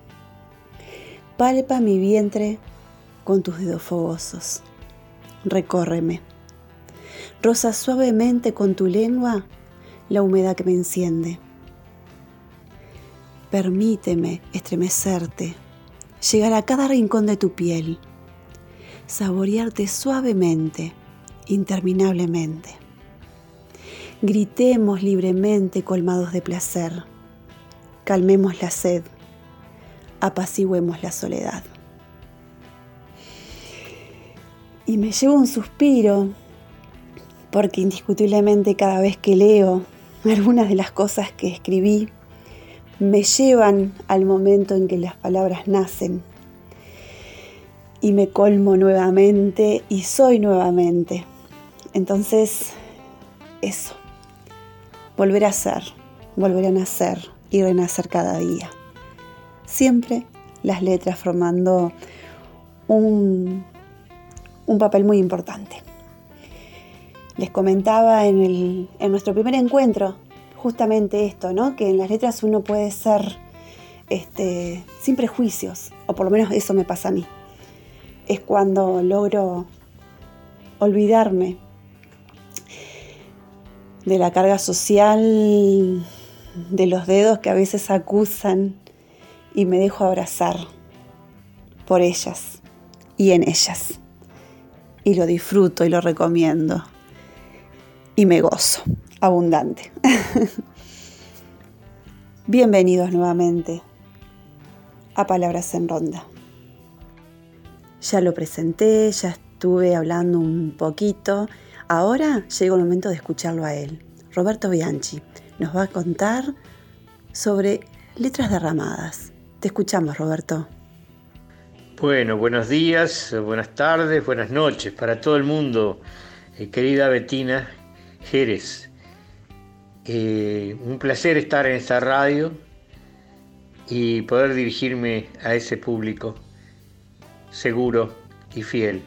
Palpa mi vientre con tus dedos fogosos. Recórreme. Roza suavemente con tu lengua la humedad que me enciende. Permíteme estremecerte, llegar a cada rincón de tu piel, saborearte suavemente, interminablemente. Gritemos libremente colmados de placer, calmemos la sed, apaciguemos la soledad. Y me llevo un suspiro, porque indiscutiblemente cada vez que leo algunas de las cosas que escribí, me llevan al momento en que las palabras nacen y me colmo nuevamente y soy nuevamente. Entonces, eso, volver a ser, volver a nacer y renacer cada día. Siempre las letras formando un, un papel muy importante. Les comentaba en, el, en nuestro primer encuentro justamente esto, ¿no? Que en las letras uno puede ser este, sin prejuicios, o por lo menos eso me pasa a mí. Es cuando logro olvidarme de la carga social, de los dedos que a veces acusan y me dejo abrazar por ellas y en ellas. Y lo disfruto y lo recomiendo. Y me gozo. Abundante. Bienvenidos nuevamente a Palabras en Ronda. Ya lo presenté, ya estuve hablando un poquito. Ahora llegó el momento de escucharlo a él. Roberto Bianchi nos va a contar sobre Letras Derramadas. Te escuchamos, Roberto. Bueno, buenos días, buenas tardes, buenas noches para todo el mundo, eh, querida Betina Jerez. Eh, un placer estar en esta radio y poder dirigirme a ese público seguro y fiel.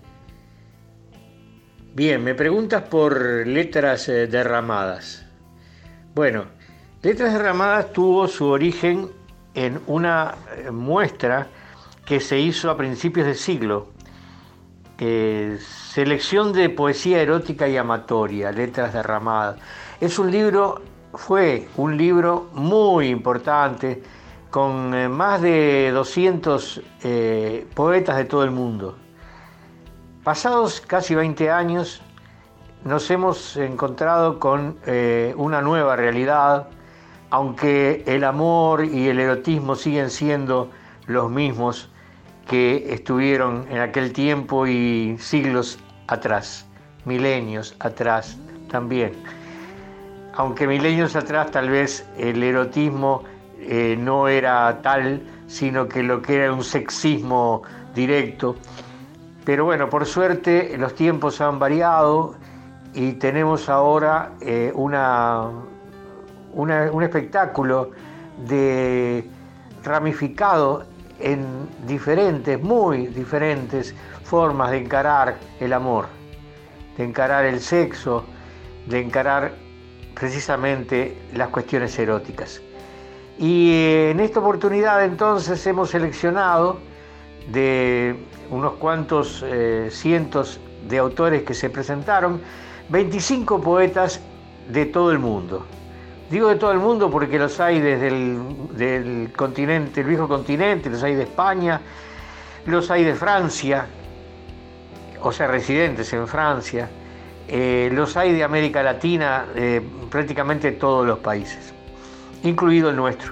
Bien, me preguntas por Letras Derramadas. Bueno, Letras Derramadas tuvo su origen en una muestra que se hizo a principios de siglo. Eh, selección de poesía erótica y amatoria, Letras Derramadas. Es un libro, fue un libro muy importante, con eh, más de doscientos eh, poetas de todo el mundo. Pasados casi veinte años, nos hemos encontrado con eh, una nueva realidad, aunque el amor y el erotismo siguen siendo los mismos que estuvieron en aquel tiempo y siglos atrás, milenios atrás también. Aunque milenios atrás tal vez el erotismo eh, no era tal, sino que lo que era un sexismo directo. Pero bueno, por suerte los tiempos han variado y tenemos ahora eh, una, una, un espectáculo de ramificado en diferentes, muy diferentes formas de encarar el amor, de encarar el sexo, de encarar precisamente las cuestiones eróticas. Y en esta oportunidad entonces hemos seleccionado de unos cuantos eh, cientos de autores que se presentaron, veinticinco poetas de todo el mundo. Digo de todo el mundo porque los hay desde el del continente, el viejo continente, los hay de España, los hay de Francia, o sea, residentes en Francia, eh, los hay de América Latina, eh, prácticamente todos los países, incluido el nuestro.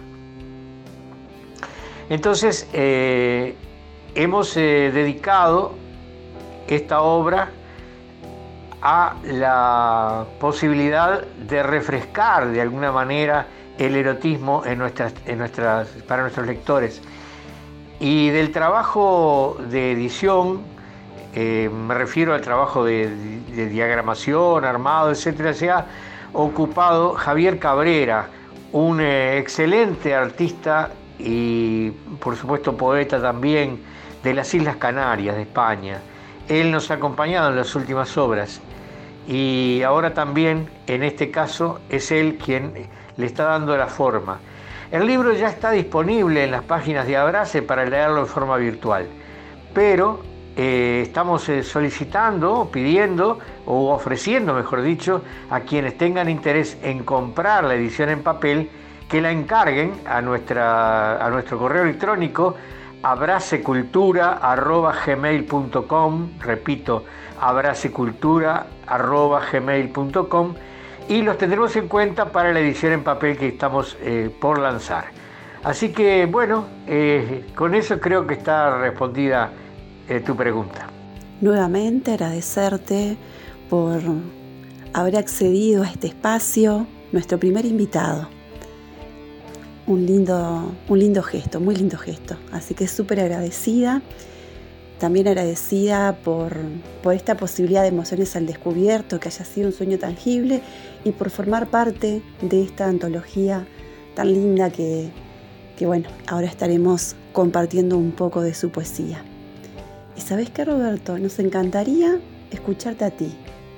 Entonces, eh, hemos eh, dedicado esta obra a la posibilidad de refrescar de alguna manera el erotismo en nuestras, en nuestras, para nuestros lectores. Y del trabajo de edición, eh, me refiero al trabajo de, de diagramación, armado, etcétera, se ha ocupado Javier Cabrera, un eh, excelente artista y por supuesto poeta también de las Islas Canarias, de España. Él nos ha acompañado en las últimas obras y ahora también, en este caso, es él quien le está dando la forma. El libro ya está disponible en las páginas de Abrace para leerlo en forma virtual, pero eh, estamos eh, solicitando, pidiendo o ofreciendo, mejor dicho, a quienes tengan interés en comprar la edición en papel, que la encarguen a, nuestra, a nuestro correo electrónico abracecultura arroba gmail punto com, repito, abracecultura arroba gmail punto com, y los tendremos en cuenta para la edición en papel que estamos eh, por lanzar. Así que bueno, eh, con eso creo que está respondida eh, tu pregunta. Nuevamente agradecerte por haber accedido a este espacio, nuestro primer invitado. Un lindo, un lindo gesto, muy lindo gesto. Así que súper agradecida. También agradecida por, por esta posibilidad de Emociones al Descubierto, que haya sido un sueño tangible, y por formar parte de esta antología tan linda que, que bueno, ahora estaremos compartiendo un poco de su poesía. ¿Y sabés qué, Roberto? Nos encantaría escucharte a ti.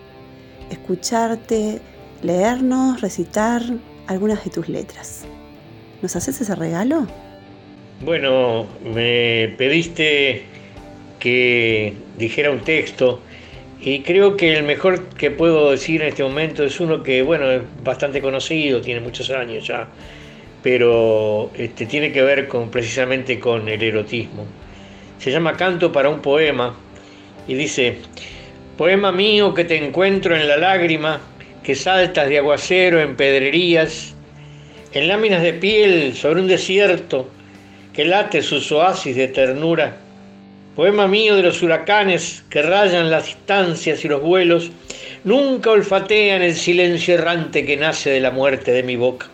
Escucharte, leernos, recitar algunas de tus letras. ¿Nos haces ese regalo? Bueno, me pediste que dijera un texto y creo que el mejor que puedo decir en este momento es uno que, bueno, es bastante conocido, tiene muchos años ya, pero este, tiene que ver con, precisamente con el erotismo. Se llama Canto para un poema y dice: poema mío que te encuentro en la lágrima, que saltas de aguacero en pedrerías, en láminas de piel sobre un desierto que late sus oasis de ternura. Poema mío de los huracanes que rayan las distancias y los vuelos, nunca olfatean el silencio errante que nace de la muerte de mi boca.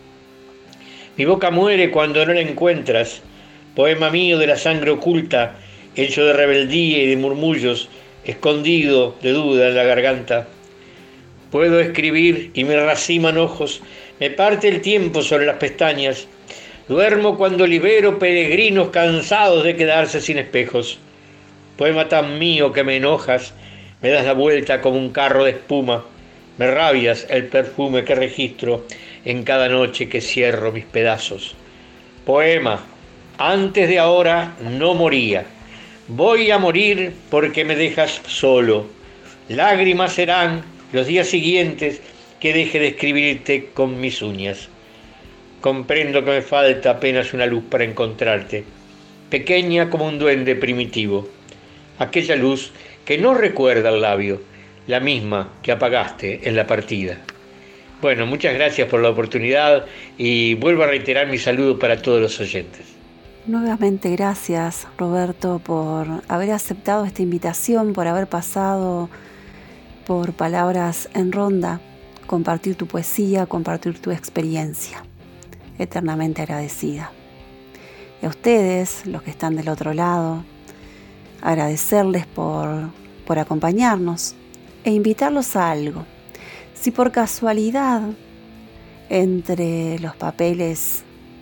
Mi boca muere cuando no la encuentras. Poema mío de la sangre oculta, hecho de rebeldía y de murmullos, escondido de duda en la garganta. Puedo escribir y me raciman ojos, me parte el tiempo sobre las pestañas. Duermo cuando libero peregrinos cansados de quedarse sin espejos. Poema tan mío que me enojas, me das la vuelta como un carro de espuma. Me rabias el perfume que registro en cada noche que cierro mis pedazos. Poema, antes de ahora no moría. Voy a morir porque me dejas solo. Lágrimas serán los días siguientes que deje de escribirte con mis uñas. Comprendo que me falta apenas una luz para encontrarte, pequeña como un duende primitivo, aquella luz que no recuerda el labio, la misma que apagaste en la partida. Bueno, muchas gracias por la oportunidad y vuelvo a reiterar mi saludo para todos los oyentes. Nuevamente gracias, Roberto, por haber aceptado esta invitación, por haber pasado por Palabras en Ronda, compartir tu poesía, compartir tu experiencia. Eternamente agradecida. Y a ustedes, los que están del otro lado, agradecerles por, por acompañarnos e invitarlos a algo. Si por casualidad, entre los papeles,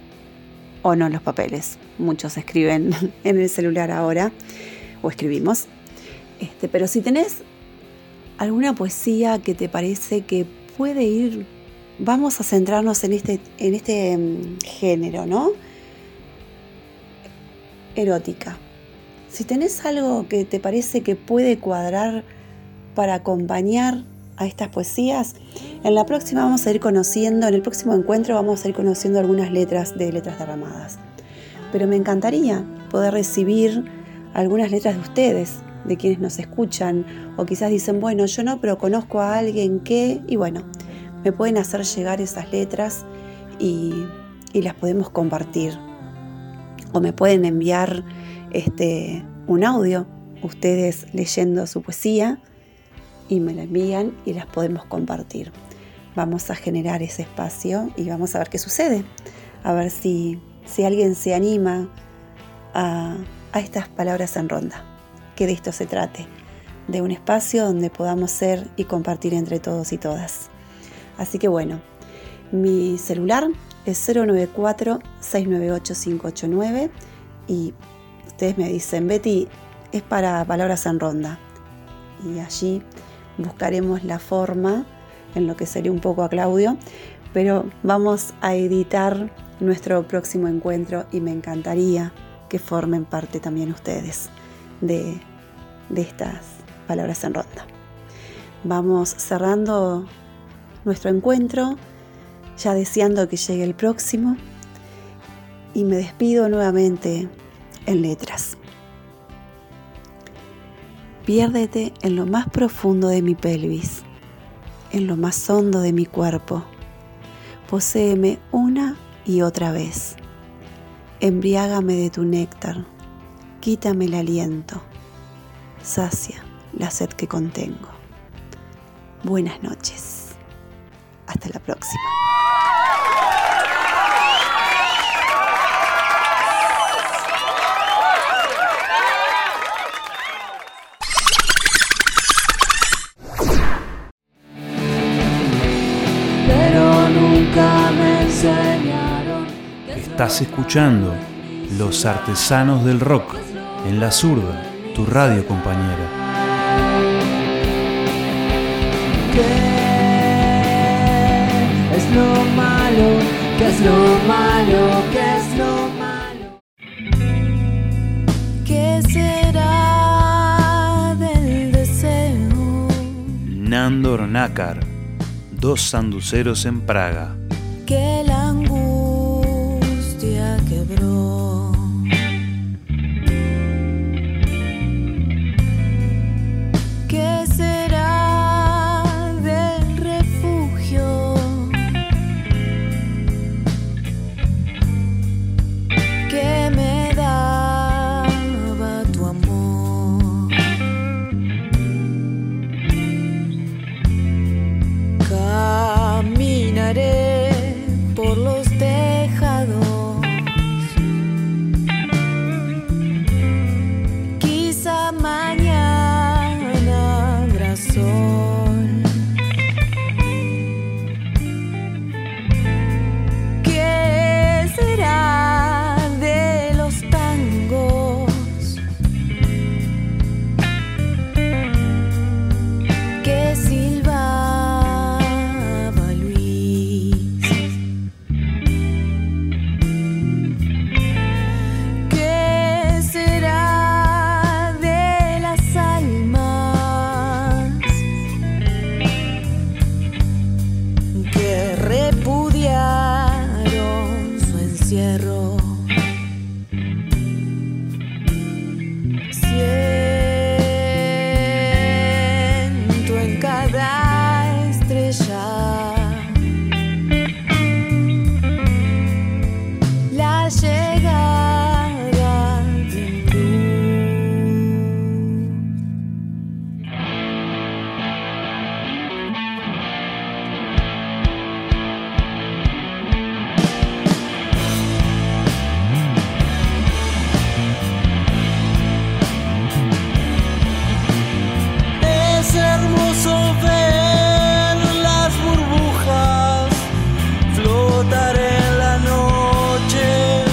o no los papeles, muchos escriben en el celular ahora, o escribimos, este, pero si tenés alguna poesía que te parece que puede ir, vamos a centrarnos en este, en este um, género, ¿no? Erótica. Si tenés algo que te parece que puede cuadrar para acompañar a estas poesías, en la próxima vamos a ir conociendo, en el próximo encuentro vamos a ir conociendo algunas letras de Letras Derramadas. Pero me encantaría poder recibir algunas letras de ustedes, de quienes nos escuchan, o quizás dicen, bueno, yo no, pero conozco a alguien que, y bueno, me pueden hacer llegar esas letras y, y las podemos compartir. O me pueden enviar este, un audio, ustedes leyendo su poesía, y me la envían y las podemos compartir. Vamos a generar ese espacio y vamos a ver qué sucede. A ver si, si alguien se anima a, a estas palabras en ronda. Que de esto se trate, de un espacio donde podamos ser y compartir entre todos y todas. Así que bueno, mi celular es cero nueve cuatro, seis nueve ocho, cinco ocho nueve y ustedes me dicen, Betty, es para palabras en ronda. Y allí buscaremos la forma, en lo que sería un poco a Claudio, pero vamos a editar nuestro próximo encuentro y me encantaría que formen parte también ustedes de, de estas palabras en ronda. Vamos cerrando nuestro encuentro, ya deseando que llegue el próximo, y me despido nuevamente en letras. Piérdete en lo más profundo de mi pelvis, en lo más hondo de mi cuerpo. Poséeme una y otra vez. Embriágame de tu néctar. Quítame el aliento. Sacia la sed que contengo. Buenas noches. Hasta la próxima. Pero nunca me enseñaron. Estás escuchando Los Artesanos del Rock en La Zurda, tu radio compañera. ¿Qué es lo malo? ¿Qué es lo malo? ¿Qué es lo malo? ¿Qué será del deseo? Nándor Nácar, dos sanduceros en Praga. Que la angustia quebró. ¿Qué será del refugio? Que me daba tu amor. Caminaré por los tejados, quizá mañana habrá sol. ¿Qué será de los tangos que silbaba Luis? ¿Qué será de las almas que repudiaron su encierro? Siento en cada estrella la llegada de Es hermoso ver las burbujas flotar en la noche.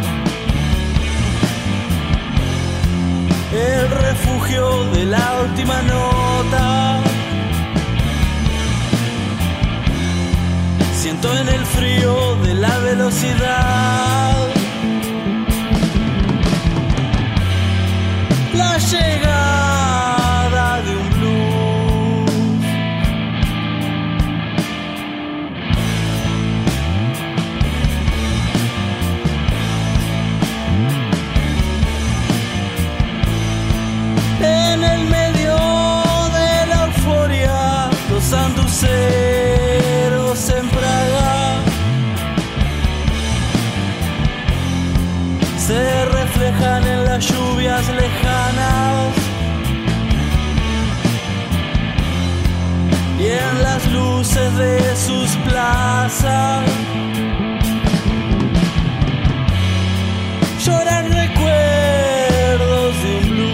El refugio de la última nota. Siento en el frío de la velocidad se reflejan en las lluvias lejanas y en las luces de sus plazas. Lloran recuerdos de un blues.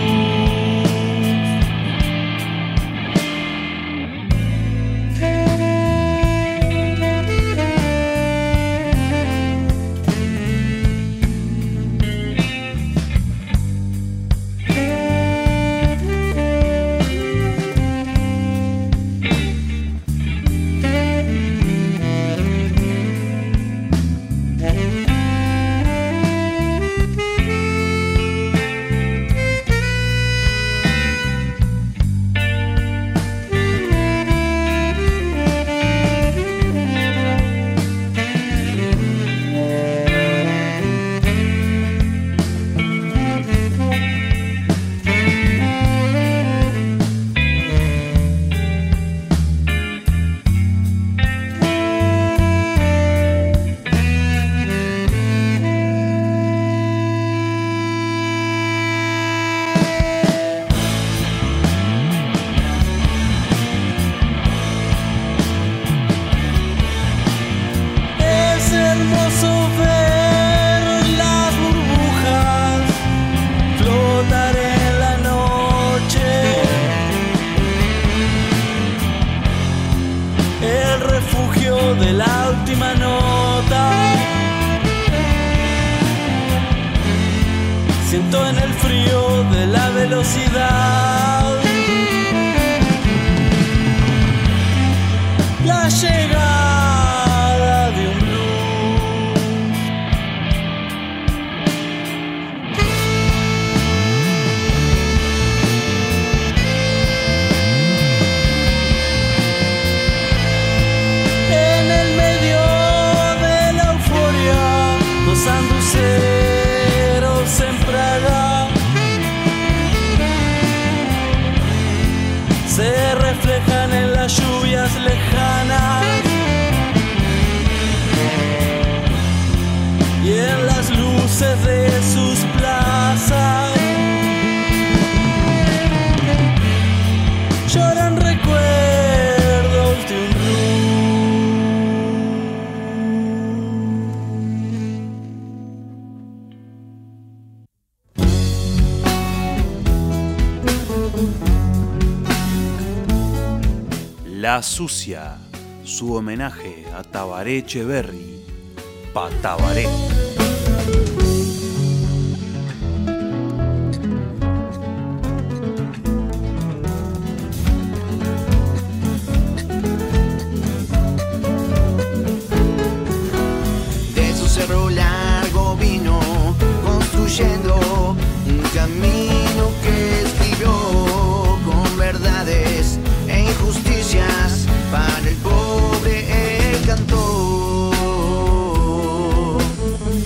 De la última nota, siento en el frío de la velocidad la llegada de un blues. Sanduceros en Praga se reflejan en las lluvias lejanas y en las luces de sus plazas. Lloran recuerdos de un La Sucia, su homenaje a Tabaré Echeverri, Pa' Tabaré. De su cerro largo vino construyendo un camino que escribió con verdades e injusticias para el pobre él cantó.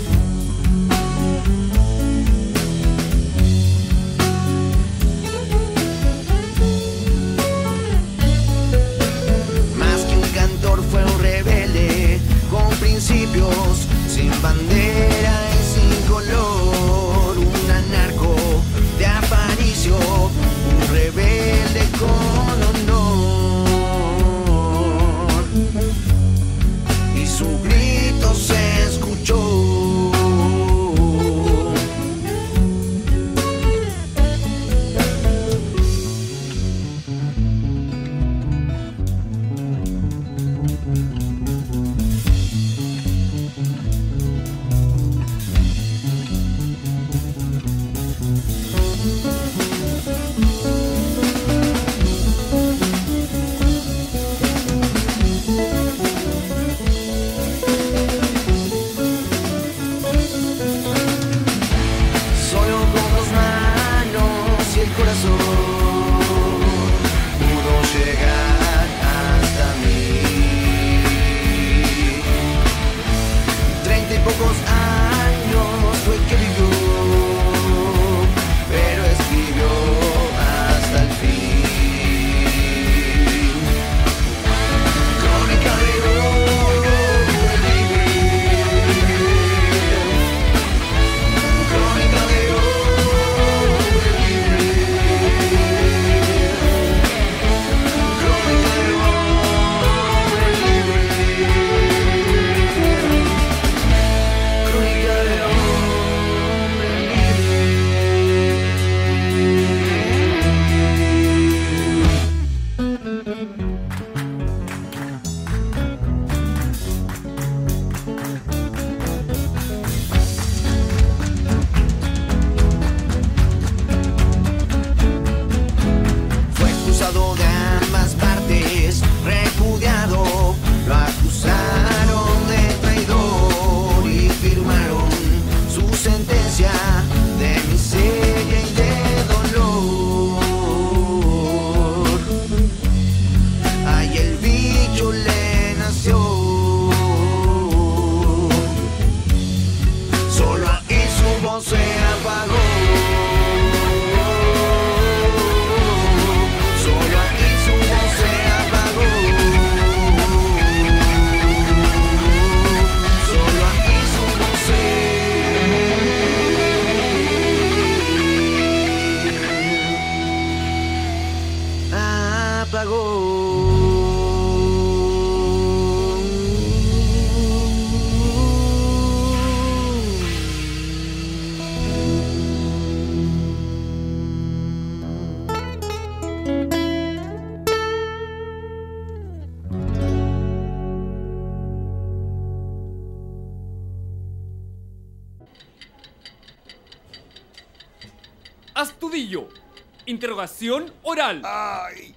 Astudillo. Interrogación oral. Ay.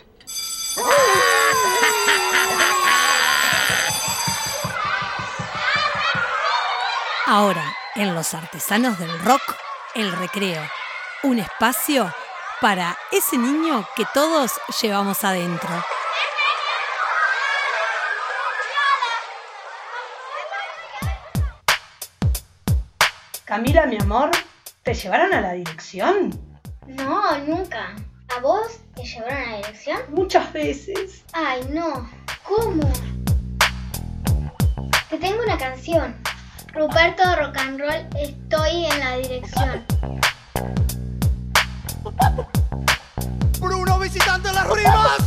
Ahora, en Los Artesanos del Rock, el recreo. Un espacio para ese niño que todos llevamos adentro. Camila, mi amor, ¿te llevaron a la dirección? No, nunca. ¿A vos te llevaron a la dirección? Muchas veces. Ay, no. ¿Cómo? Te tengo una canción. Ruperto Rock and Roll, estoy en la dirección. Bruno visitando las rimas.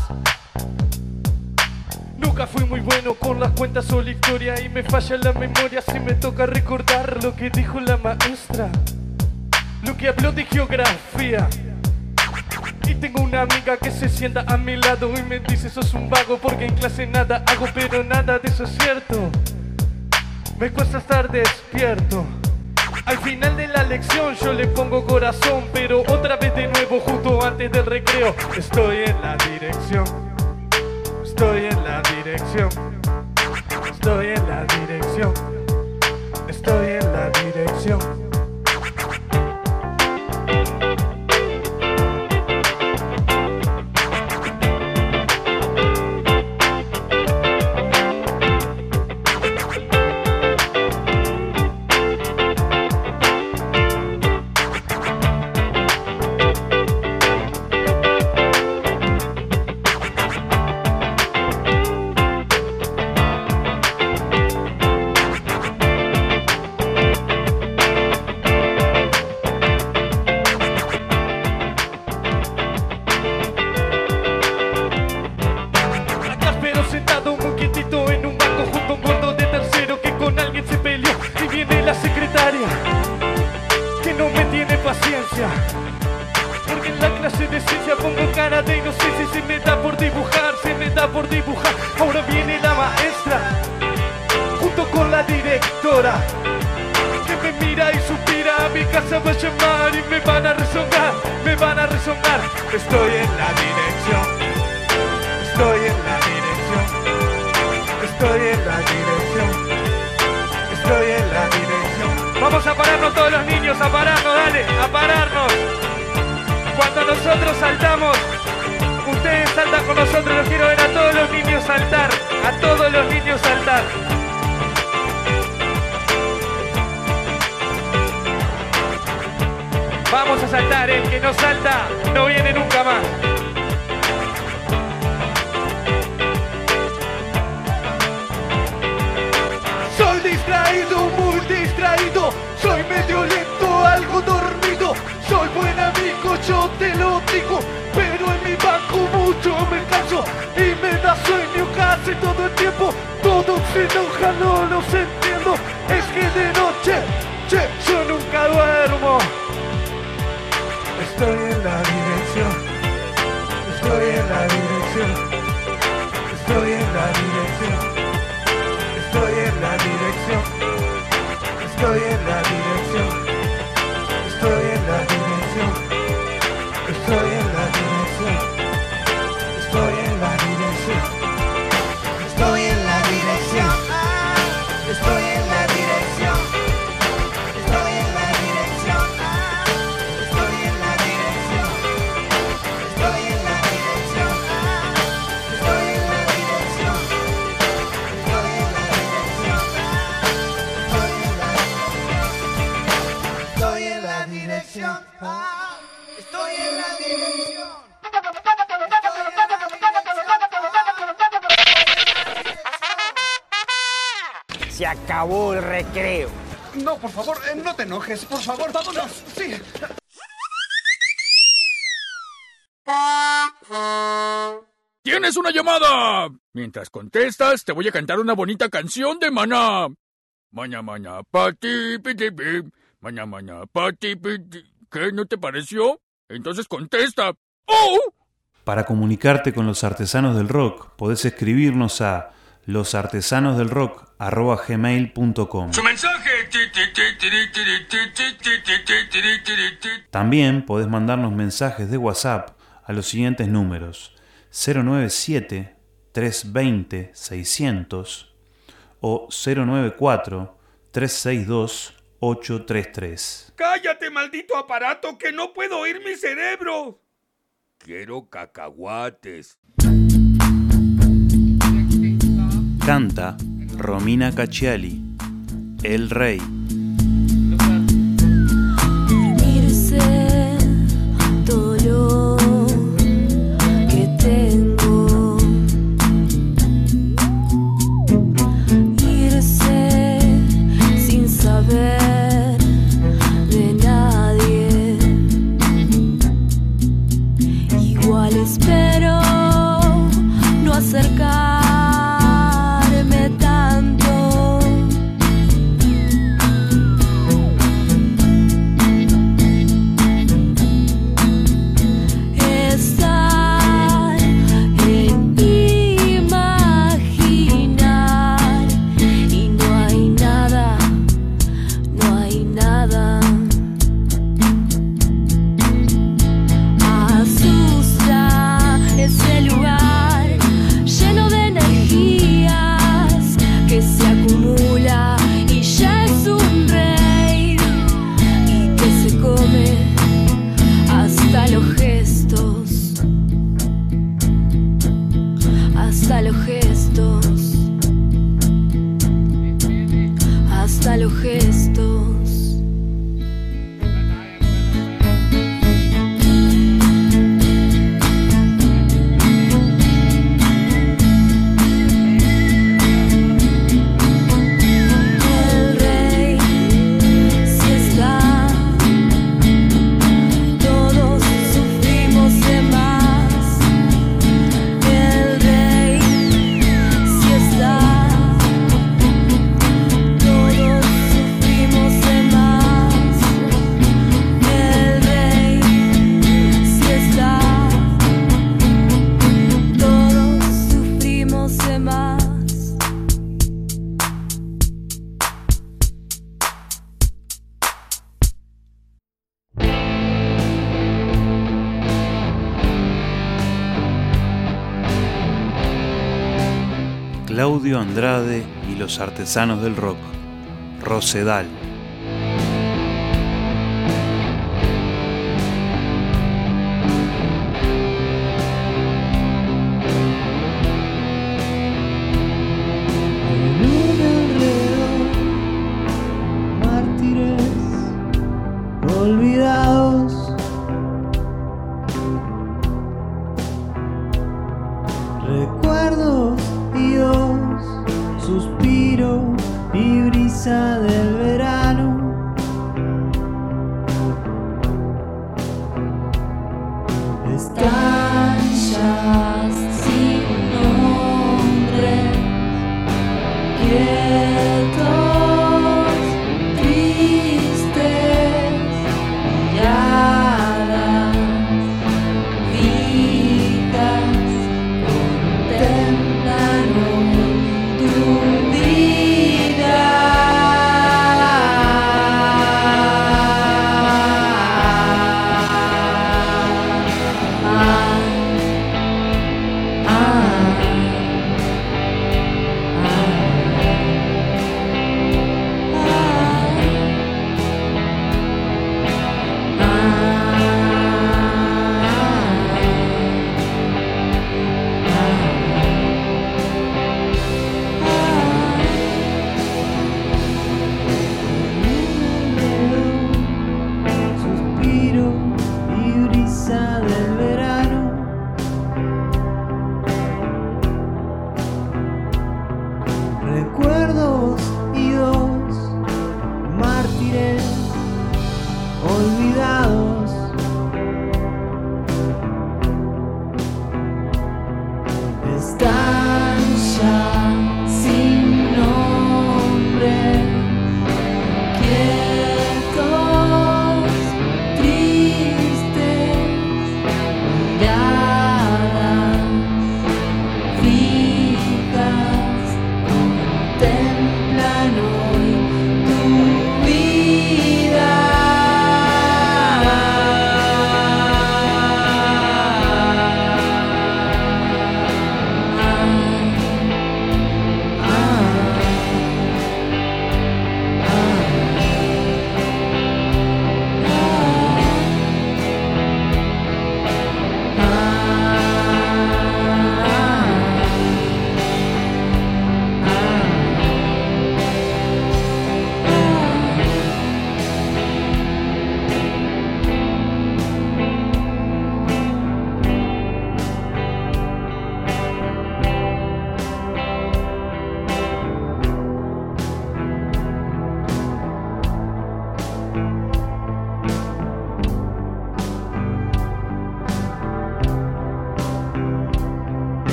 Nunca fui muy bueno con las cuentas o la historia y me falla la memoria si me toca recordar lo que dijo la maestra, lo que habló de geografía. Y tengo una amiga que se sienta a mi lado y me dice: sos un vago porque en clase nada hago, pero nada de eso es cierto. Me cuesta estar despierto. Al final de la lección yo le pongo corazón, pero otra vez de nuevo justo antes del recreo. Estoy en la dirección. Estoy en la dirección. Estoy en la dirección. Estoy en la dirección. Porque en la clase de ciencia pongo cara de inocencia y se me da por dibujar, se me da por dibujar. Ahora viene la maestra, junto con la directora, que me mira y suspira. A mi casa va a llamar y me van a rezongar, me van a rezongar. Estoy en la dirección, estoy en la dirección, estoy en la dirección, estoy en la dirección. Vamos a pararnos todos los niños, a pararnos, dale, a pararnos. Cuando nosotros saltamos, ustedes saltan con nosotros. Los quiero ver a todos los niños saltar, a todos los niños saltar. Vamos a saltar, el que no salta no viene nunca más. Soy distraído, muy distraído. Soy medio lento, algo dormido. Soy buen amigo, yo te lo digo. Pero en mi banco mucho me canso y me da sueño casi todo el tiempo. Todos se enojan, no los entiendo. Es que de noche, che, yo nunca duermo. Estoy en la dirección. Estoy en la dirección. Estoy en la dirección. Estoy en la dirección. Estoy en la dirección. Estoy en la dirección. Estoy en la dirección. Estoy en la dirección. Estoy en la dirección. Estoy en la dirección. Estoy en la dirección. Estoy en la dirección. Estoy en la dirección. Estoy en la dirección. Estoy en la dirección. Estoy en la dirección. Estoy en la dirección. Se acabó el recreo. No, por favor, eh, no te enojes. Por favor, vámonos. Sí. ¡Tienes una llamada! Mientras contestas, te voy a cantar una bonita canción de Maná. Maña, maña, pati, piti, pi. Maña, maña, pati, piti. ¿Qué? ¿No te pareció? Entonces contesta. ¡Oh! Para comunicarte con los artesanos del rock, podés escribirnos a losartesanosdelrock arroba gmail punto com. ¡Su mensaje! También podés mandarnos mensajes de WhatsApp a los siguientes números: cero nueve siete, tres dos cero, seiscientos o cero nueve cuatro, tres seis dos, ocho tres tres. ¡Cállate, maldito aparato, que no puedo oír mi cerebro! Quiero cacahuates. Canta Romina Cacciali, El Rey. Irse todo lo que tengo, irse sin saber de nadie. Igual espero no acercar los gestos, hasta los gestos. El rey, si está, todos sufrimos de más. El rey, si está, todos sufrimos de más. El rey, si está, todos sufrimos de más. Claudio Andrade y los artesanos del rock. Rosedal. En un enredo, mártires olvidados, recuerdos y dos, suspiro y brisa del verano. Están ya sin nombre, quietos, tristes,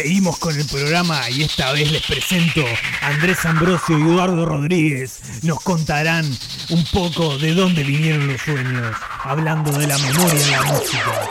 Seguimos con el programa y esta vez les presento a Andrés Ambrosio y Eduardo Rodríguez. Nos contarán un poco de dónde vinieron los sueños, hablando de la memoria en la música.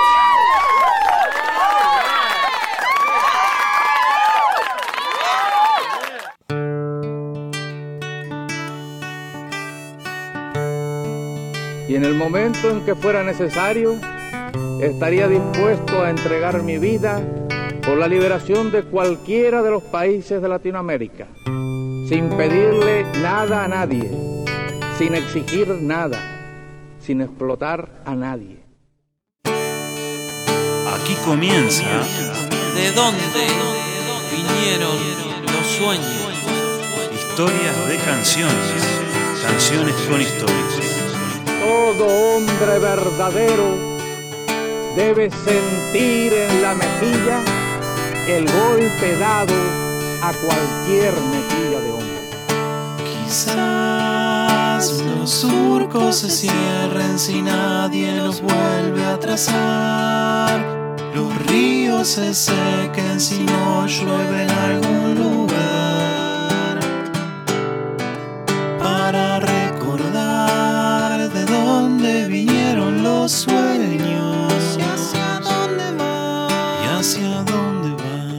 Y en el momento en que fuera necesario, estaría dispuesto a entregar mi vida por la liberación de cualquiera de los países de Latinoamérica, sin pedirle nada a nadie, sin exigir nada, sin explotar a nadie. Aquí comienza ¿De dónde vinieron los sueños? Historias de canciones, canciones con historias. Todo hombre verdadero debe sentir en la mejilla el golpe dado a cualquier mejilla de hombre. Quizás los surcos se cierren si nadie los vuelve a trazar. Los ríos se sequen si no llueve en algún lugar. Para recordar de dónde vinieron los sueños y hacia dónde van. Y hacia dónde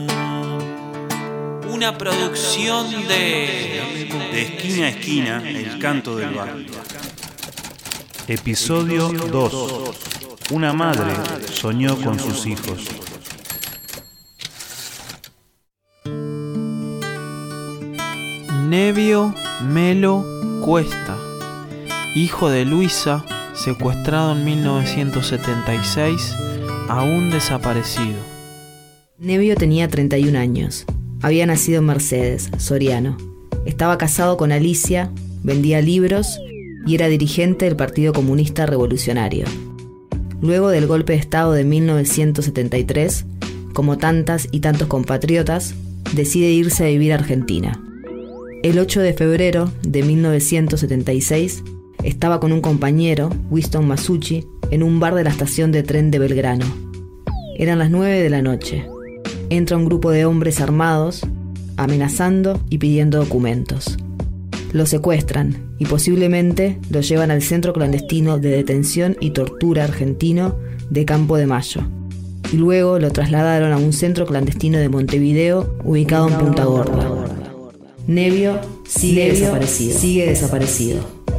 van. Una producción de... De esquina a esquina, el canto del barrio. Episodio dos. Una madre soñó con sus hijos. Nevio Melo Cuesta, hijo de Luisa, secuestrado en mil novecientos setenta y seis, aún desaparecido. Nevio tenía treinta y un años. Había nacido en Mercedes, Soriano. Estaba casado con Alicia, vendía libros y era dirigente del Partido Comunista Revolucionario. Luego del golpe de Estado de mil novecientos setenta y tres, como tantas y tantos compatriotas, decide irse a vivir a Argentina. El ocho de febrero de mil novecientos setenta y seis, estaba con un compañero, Winston Masucci, en un bar de la estación de tren de Belgrano. Eran las nueve de la noche. Entra un grupo de hombres armados, amenazando y pidiendo documentos. Lo secuestran y posiblemente lo llevan al centro clandestino de detención y tortura argentino de Campo de Mayo. Y luego lo trasladaron a un centro clandestino de Montevideo ubicado en Punta Gorda. Nevio sigue Nevio desaparecido. Sigue desaparecido.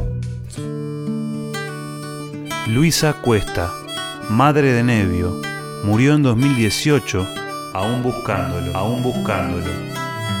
Luisa Cuesta, madre de Nevio, murió en dos mil dieciocho, aún buscándolo, aún buscándolo.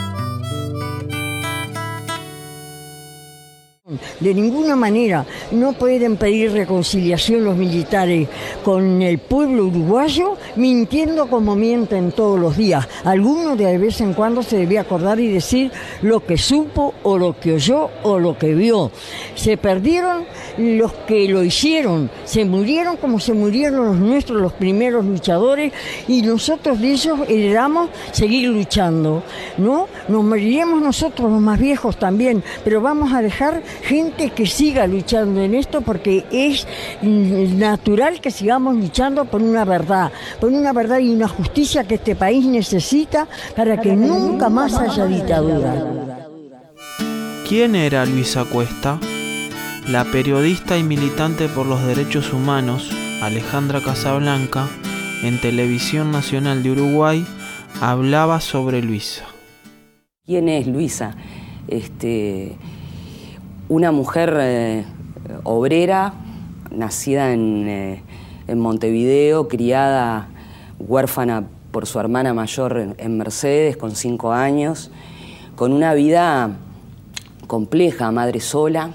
De ninguna manera no pueden pedir reconciliación los militares con el pueblo uruguayo mintiendo como mienten todos los días. Alguno de vez en cuando se debía acordar y decir lo que supo o lo que oyó o lo que vio. Se perdieron los que lo hicieron, se murieron como se murieron los nuestros, los primeros luchadores, y nosotros de ellos heredamos seguir luchando, ¿no? Nos moriremos nosotros los más viejos también, pero vamos a dejar gente que siga luchando en esto porque es natural que sigamos luchando por una verdad, por una verdad y una justicia que este país necesita para que nunca más haya dictadura. ¿Quién era Luisa Cuesta? La periodista y militante por los derechos humanos, Alejandra Casablanca, en Televisión Nacional de Uruguay, hablaba sobre Luisa. ¿Quién es Luisa? Este... Una mujer eh, obrera, nacida en, eh, en Montevideo, criada huérfana por su hermana mayor en, en Mercedes, con cinco años, con una vida compleja, madre sola.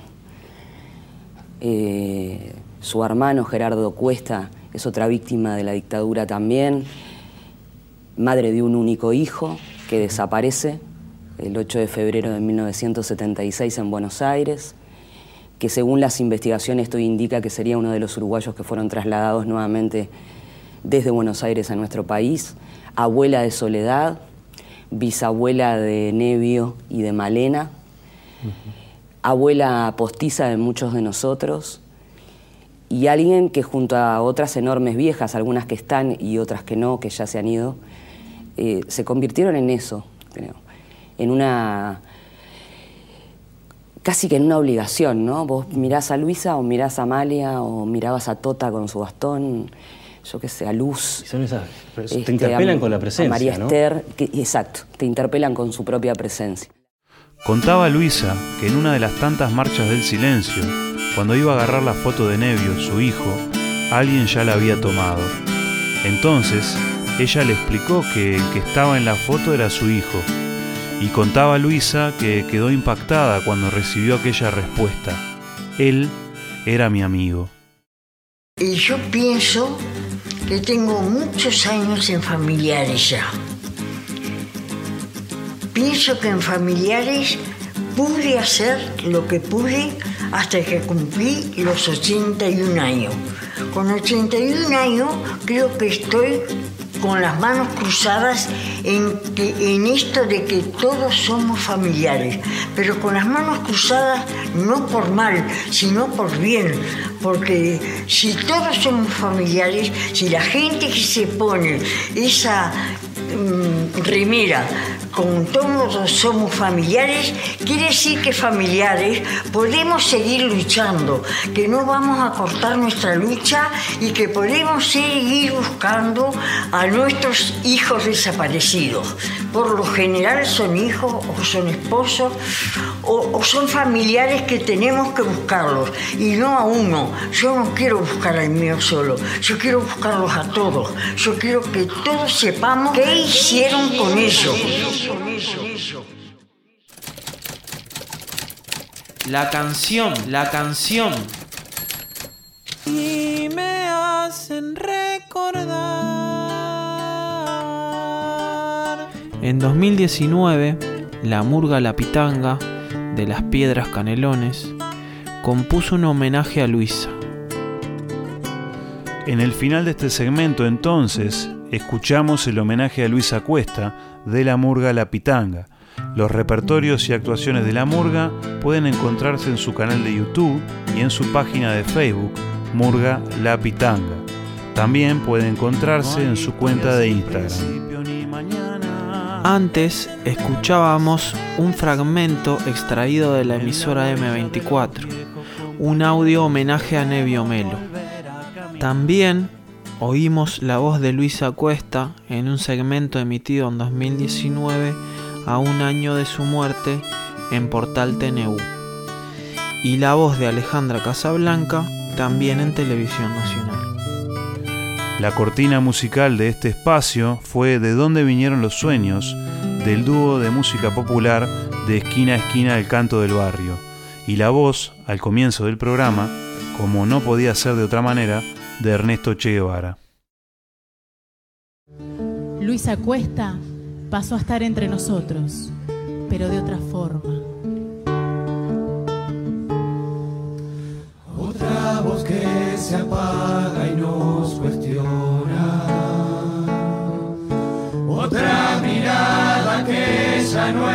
Eh, su hermano Gerardo Cuesta es otra víctima de la dictadura también, madre de un único hijo que desaparece el ocho de febrero de mil novecientos setenta y seis en Buenos Aires, que según las investigaciones esto indica que sería uno de los uruguayos que fueron trasladados nuevamente desde Buenos Aires a nuestro país, abuela de Soledad, bisabuela de Nevio y de Malena, uh-huh. abuela postiza de muchos de nosotros, y alguien que junto a otras enormes viejas, algunas que están y otras que no, que ya se han ido, eh, se convirtieron en eso, creo, en una... casi que en una obligación, ¿no? Vos mirás a Luisa o mirás a Amalia o mirabas a Tota con su bastón, yo qué sé, a Luz. Y son esas, este, te interpelan a, con la presencia, a María ¿no? Esther, que, exacto, te interpelan con su propia presencia. Contaba Luisa que en una de las tantas marchas del silencio, cuando iba a agarrar la foto de Nevio, su hijo, alguien ya la había tomado. Entonces, ella le explicó que el que estaba en la foto era su hijo. Y contaba Luisa que quedó impactada cuando recibió aquella respuesta. Él era mi amigo. Y yo pienso que tengo muchos años en Familiares ya. Pienso que en Familiares pude hacer lo que pude hasta que cumplí los ochenta y un años. Con ochenta y un años creo que estoy con las manos cruzadas en, que, en esto de que todos somos familiares, pero con las manos cruzadas no por mal, sino por bien, porque si todos somos familiares, si la gente que se pone esa mm, remera con todos somos familiares, quiere decir que familiares podemos seguir luchando, que no vamos a cortar nuestra lucha y que podemos seguir buscando a nuestros hijos desaparecidos. Por lo general son hijos o son esposos o, o son familiares que tenemos que buscarlos y no a uno. Yo no quiero buscar al mío solo, yo quiero buscarlos a todos. Yo quiero que todos sepamos qué hicieron con ellos. La canción, la canción. Y me hacen recordar. En dos mil diecinueve, la murga La Pitanga de Las Piedras Canelones compuso un homenaje a Luisa. En el final de este segmento, entonces, escuchamos el homenaje a Luisa Cuesta de la murga La Pitanga. Los repertorios y actuaciones de la murga pueden encontrarse en su canal de YouTube y en su página de Facebook, Murga La Pitanga. También puede encontrarse en su cuenta de Instagram. Antes escuchábamos un fragmento extraído de la emisora eme veinticuatro, un audio homenaje a Nevio Melo. También oímos la voz de Luisa Cuesta en un segmento emitido en dos mil diecinueve a un año de su muerte en Portal T N U. Y la voz de Alejandra Casablanca también en Televisión Nacional. La cortina musical de este espacio fue De dónde vinieron los sueños, del dúo de música popular de Esquina a Esquina del Canto del Barrio. Y la voz, al comienzo del programa, como no podía ser de otra manera, de Ernesto Che Guevara. Luisa Cuesta pasó a estar entre nosotros, pero de otra forma. Otra voz que se apaga y nos cuestiona, otra mirada que ya no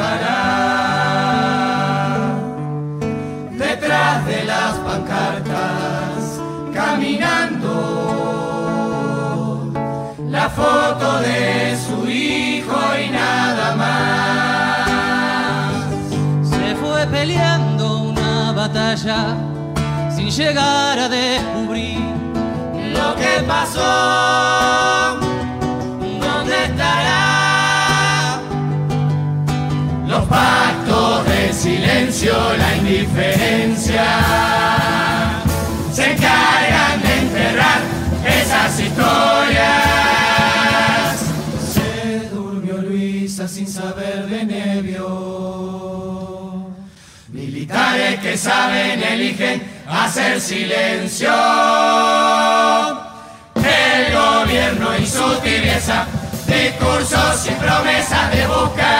estará detrás de las pancartas, caminando, la foto de su hijo y nada más. Se fue peleando una batalla sin llegar a descubrir lo que pasó, dónde estará. Los pactos del silencio, la indiferencia, se encargan de enterrar esas historias. Se durmió Luisa sin saber de Nevio. Militares que saben eligen hacer silencio. El gobierno y su tibieza, discursos y promesas de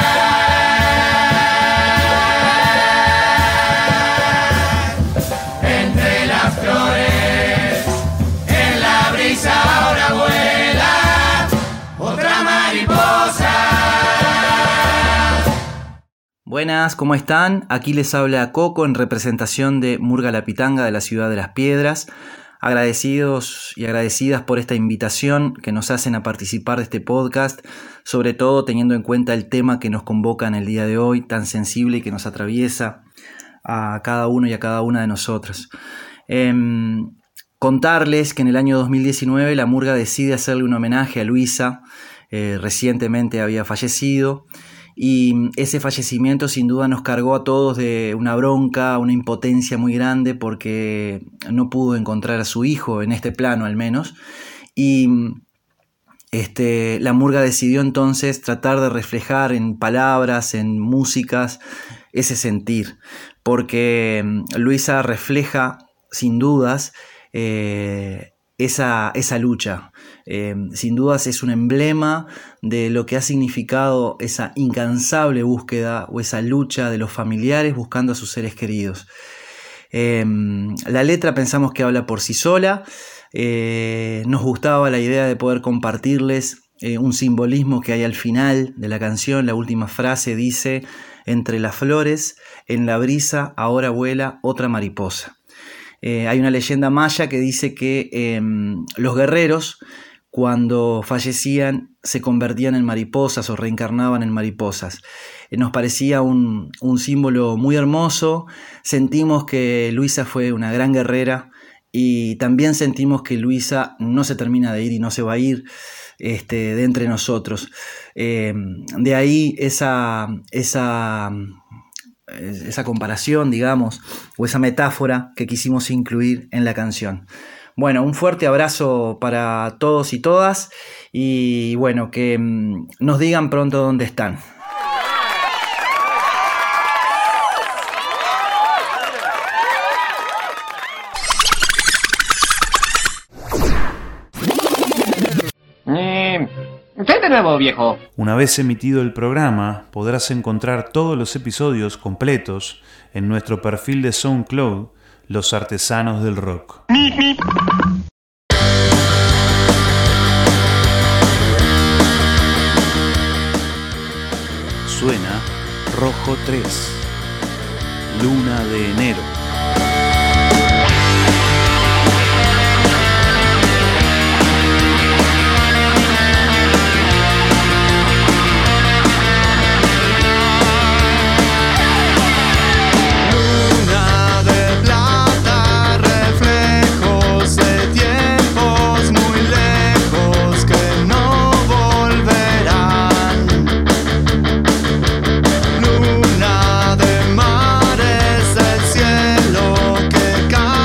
buscar entre las flores. En la brisa ahora vuela otra mariposa. Buenas, ¿cómo están? Aquí les habla Coco en representación de Murga La Pitanga de la Ciudad de Las Piedras. agradecidos y agradecidas por esta invitación que nos hacen a participar de este podcast, sobre todo teniendo en cuenta el tema que nos convoca en el día de hoy, tan sensible y que nos atraviesa a cada uno y a cada una de nosotros. Eh, contarles que en el año dos mil diecinueve la Murga decide hacerle un homenaje a Luisa. Eh, recientemente había fallecido, y ese fallecimiento sin duda nos cargó a todos de una bronca, una impotencia muy grande, porque no pudo encontrar a su hijo en este plano al menos, y este, la Murga decidió entonces tratar de reflejar en palabras, en músicas, ese sentir, porque Luisa refleja sin dudas eh, esa, esa lucha. Eh, sin dudas es un emblema de lo que ha significado esa incansable búsqueda o esa lucha de los familiares buscando a sus seres queridos. Eh, la letra pensamos que habla por sí sola. Eh, nos gustaba la idea de poder compartirles eh, un simbolismo que hay al final de la canción. La última frase dice: entre las flores, en la brisa, ahora vuela otra mariposa. Eh, hay una leyenda maya que dice que eh, los guerreros, cuando fallecían, se convertían en mariposas o reencarnaban en mariposas. Eh, nos parecía un, un símbolo muy hermoso. Sentimos que Luisa fue una gran guerrera, y también sentimos que Luisa no se termina de ir y no se va a ir este, de entre nosotros. Eh, de ahí esa... esa esa comparación, digamos, o esa metáfora que quisimos incluir en la canción. Bueno, un fuerte abrazo para todos y todas, y bueno, que mmm, nos digan pronto dónde están. ¿Qué de nuevo, viejo? Una vez emitido el programa, podrás encontrar todos los episodios completos en nuestro perfil de SoundCloud, Los Artesanos del Rock. Suena Rojo tres, Luna de enero. Luna de mares, el cielo que cae.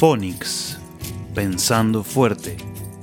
Phonics, Pensando Fuerte.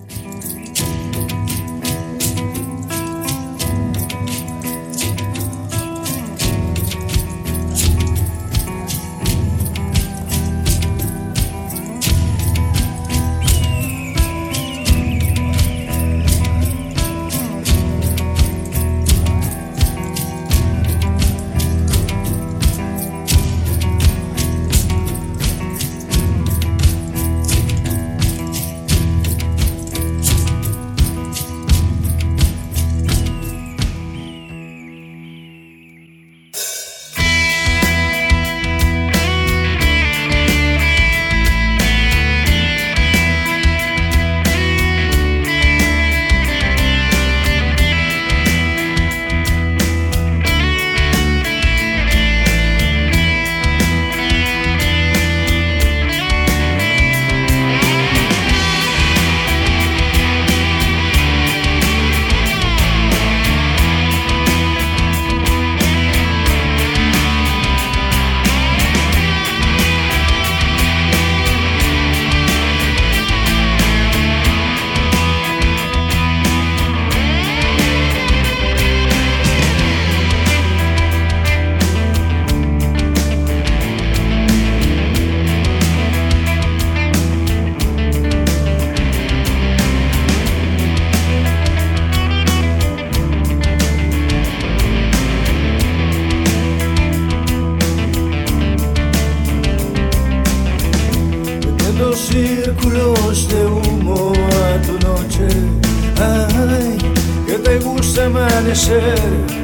Círculos de humo a tu noche, ay, que te gusta amanecer.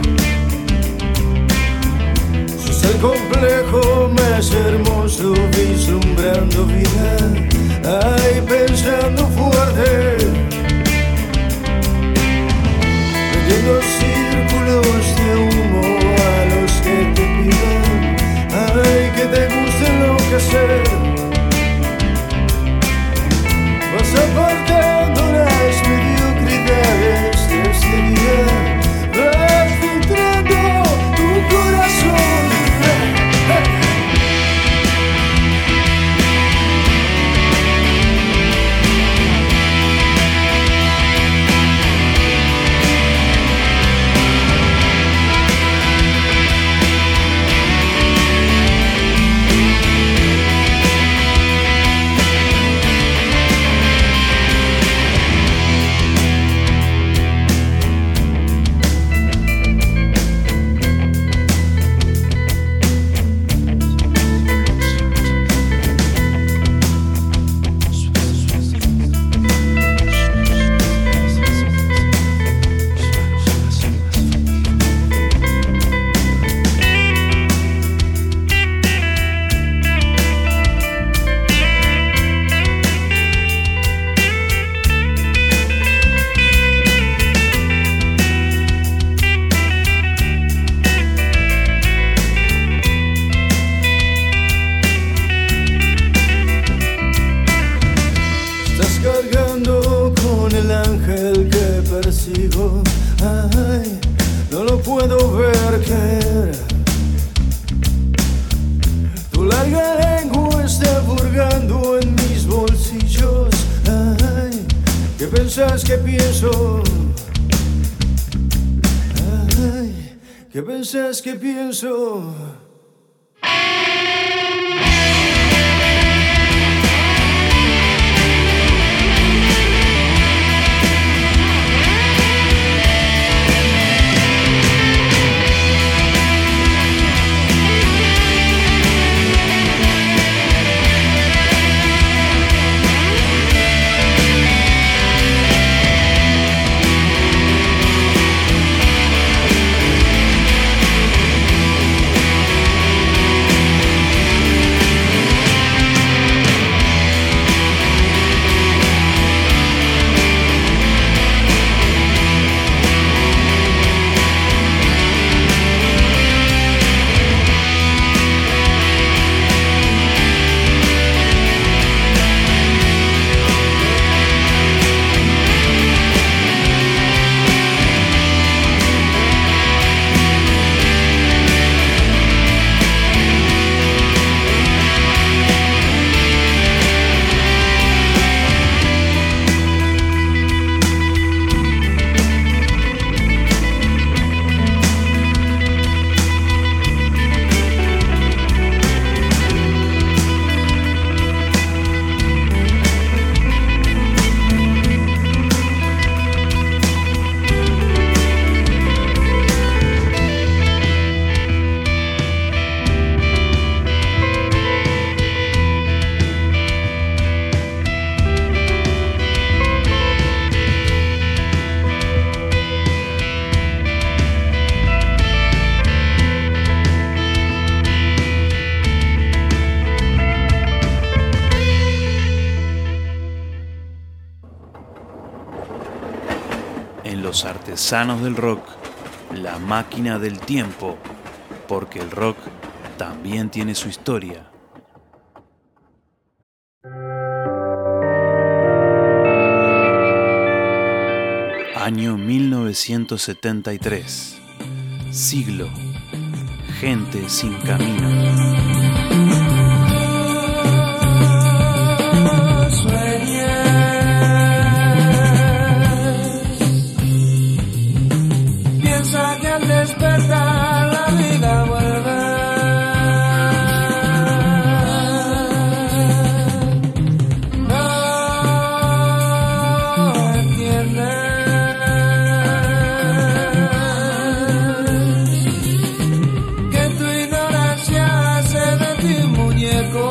Sos el complejo más hermoso, vislumbrando vida, ay, pensando fuerte. Metiendo círculos de humo a los que te pidan, ay, que te gusta enloquecer. Vas apartando las mediocridades de este día, vas filtrando tu corazón. Ay, no lo puedo ver caer. Tu larga lengua está hurgando en mis bolsillos. Ay, ¿qué pensás que pienso? Ay, ¿qué pensás que pienso? los artesanos del rock, la máquina del tiempo, porque el rock también tiene su historia. Año mil novecientos setenta y tres. Siglo. Gente sin camino. Piensa que al despertar la vida vuelve. No entiendes que tu ignorancia hace de ti un muñeco.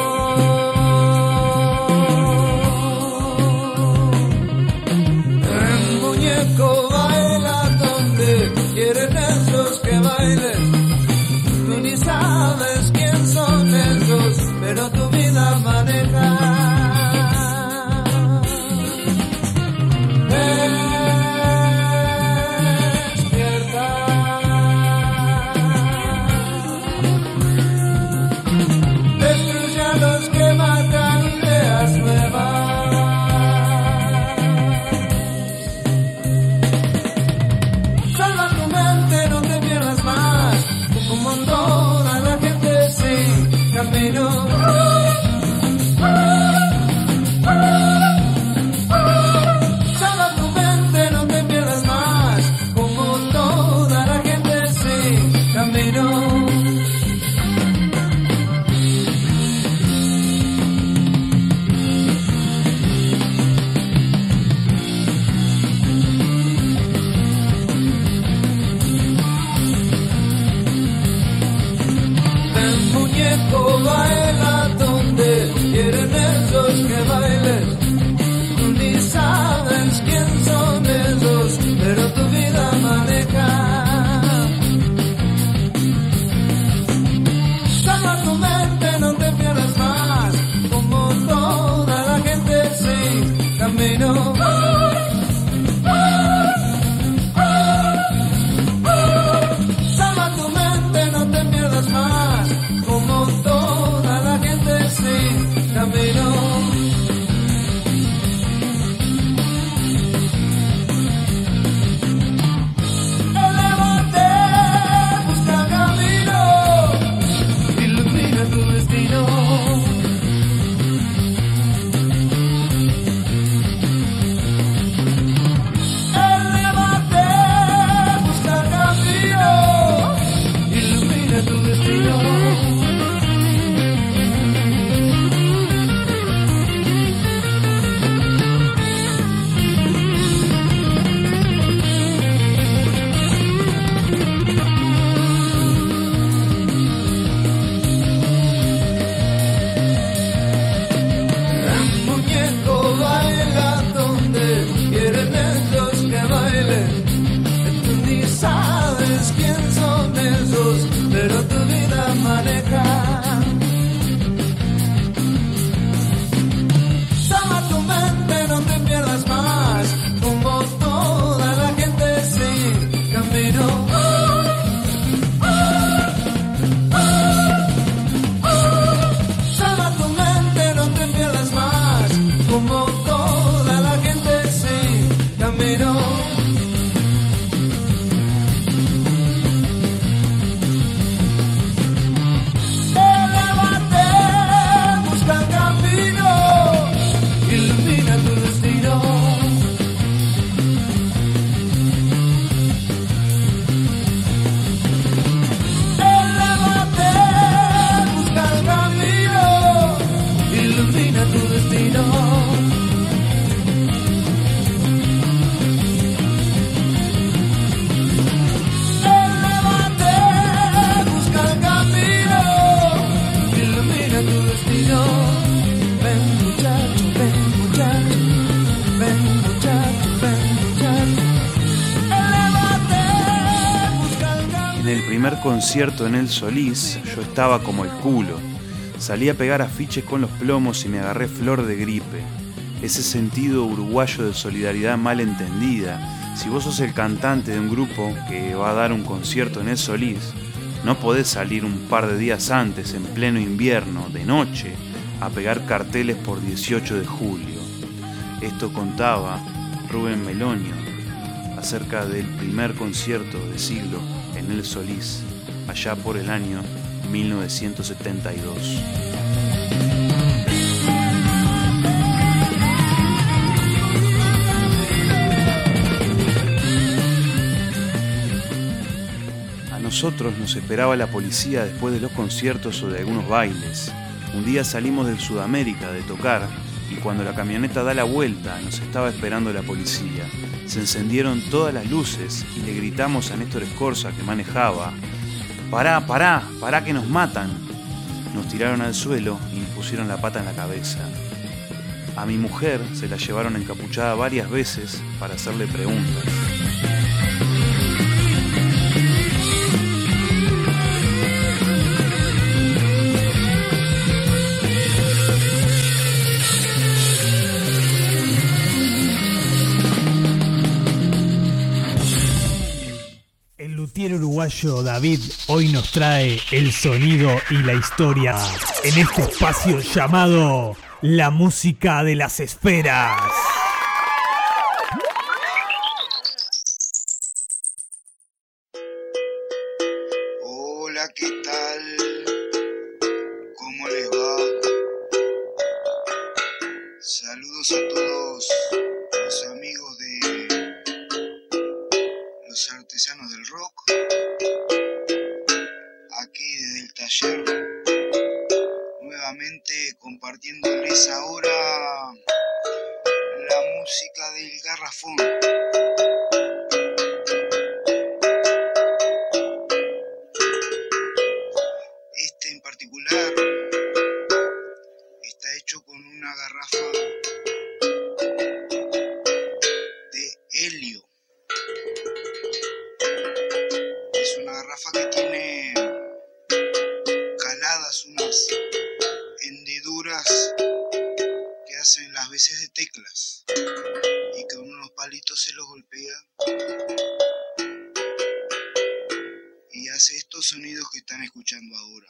El muñeco baila donde quieren esos que bailen. Tú ni sabes quién son esos, pero tu vida maneja. Despierta. Destruye a los que matan ideas nuevas. Salva tu mente, no te pierdas más. Un montón a la gente sin camino. Salva tu mente, no te pierdas más. Un montón a la gente sin camino. El muñeco baila donde quieren esos que bailen. Tú ni sabes quién son esos, pero tu vida maneja. Salva tu mente, no te pierdas más. Como toda la gente sin camino. Salva tu mente, no te pierdas más. Como toda la gente sin camino. Elévate, busca camino. Ilumina tu destino. Elévate, busca camino. Ilumina tu destino. El muñeco baila donde quieren esos que bailen. Tú ni sabes quién son esos, pero tu vida maneja. Salva tu mente, no te pierdas más. Como toda la gente sin camino. Salva tu mente, no te pierdas más. Como toda la gente sin camino. Elévate, busca camino. Ilumina tu destino. Elévate, busca camino. Ilumina tu destino. Elévate, busca camino. Ilumina tu destino. Ven muchacho, ven muchacho. Ven muchacho, ven muchacho. Elévate, busca camino. En el primer concierto en el Solís, yo estaba como el culo. Salí a pegar afiches con los plomos y me agarré flor de gripe. Ese sentido uruguayo de solidaridad mal entendida, Si vos sos el cantante de un grupo que va a dar un concierto en el Solís, no podés salir un par de días antes, en pleno invierno, de noche, a pegar carteles por dieciocho de julio. Esto contaba Rubén Melonio acerca del primer concierto de siglo en el Solís, allá por el año mil novecientos setenta y dos. A nosotros nos esperaba la policía después de los conciertos o de algunos bailes. Un día salimos del Sudamérica de tocar y cuando la camioneta da la vuelta nos estaba esperando la policía. Se encendieron todas las luces y le gritamos a Néstor Escorza, que manejaba: «Pará, pará, pará que nos matan». Nos tiraron al suelo y nos pusieron la pata en la cabeza. A mi mujer se la llevaron encapuchada varias veces para hacerle preguntas. El luthier uruguayo David hoy nos trae el sonido y la historia en este espacio llamado La Música de las Esferas. Hola, ¿qué tal? ¿Cómo les va? Saludos a todos los amigos de los artesanos del rock, aquí desde el taller, nuevamente compartiéndoles ahora la música del garrafón. Este en particular está hecho con una garrafa de helio. Es una garrafa que tiene caladas unas hendiduras que hacen las veces de teclas y con unos palitos se los golpea y hace estos sonidos que están escuchando ahora.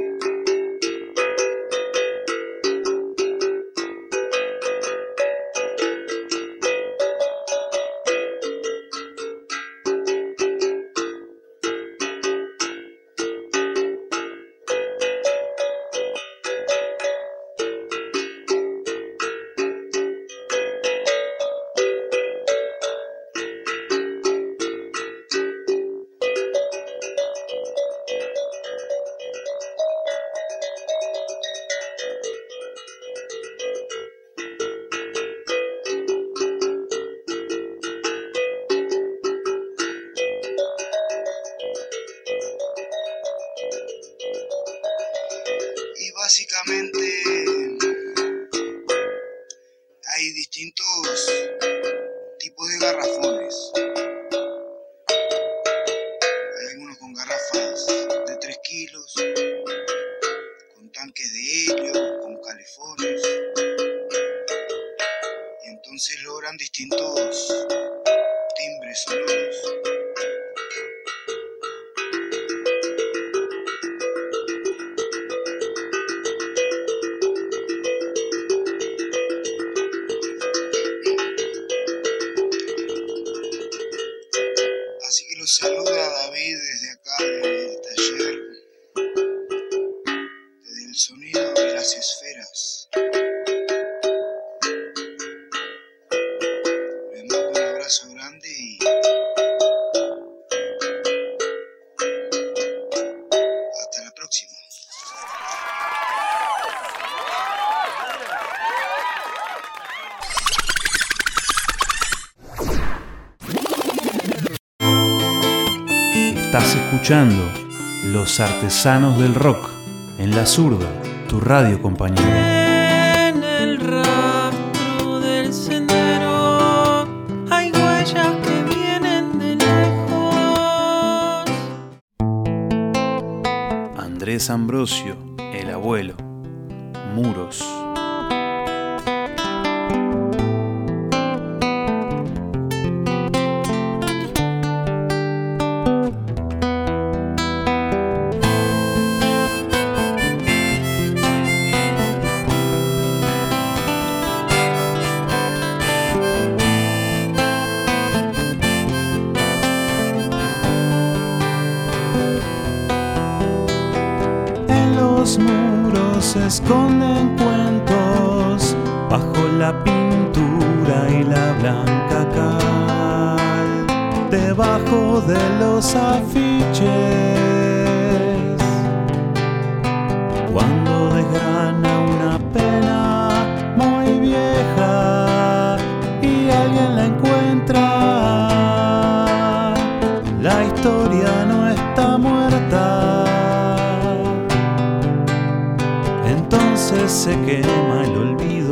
Básicamente hay distintos tipos de garrafones. Hay algunos con garrafas de tres kilos, con tanques de helio, con calefones, y entonces logran distintos timbres sonoros. Saluda David desde acá, desde el taller, desde el sonido de las esferas. Les mando un abrazo grande y hasta la próxima. Estás escuchando Los Artesanos del Rock en La Zurda, tu radio compañero. En el rastro del sendero hay huellas que vienen de lejos. Andrés Ambrosio, el abuelo. Muros. cuenten cuentos bajo la pintura y la blanca cal, debajo de los afiches. Cuando desgrana una pena muy vieja y alguien la encuentra, la historia no está muerta. Entonces se quema el olvido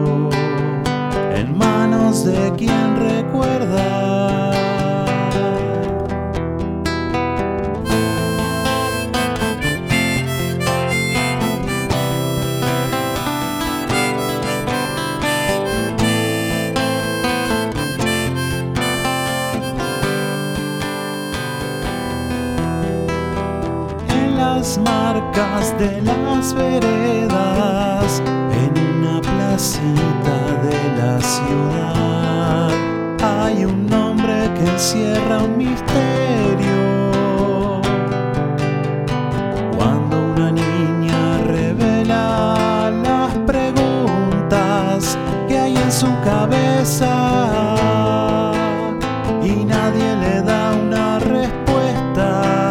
en manos de quien recuerda. Las marcas de las veredas en una placita de la ciudad hay un nombre que encierra un misterio. Cuando una niña revela las preguntas que hay en su cabeza y nadie le da una respuesta,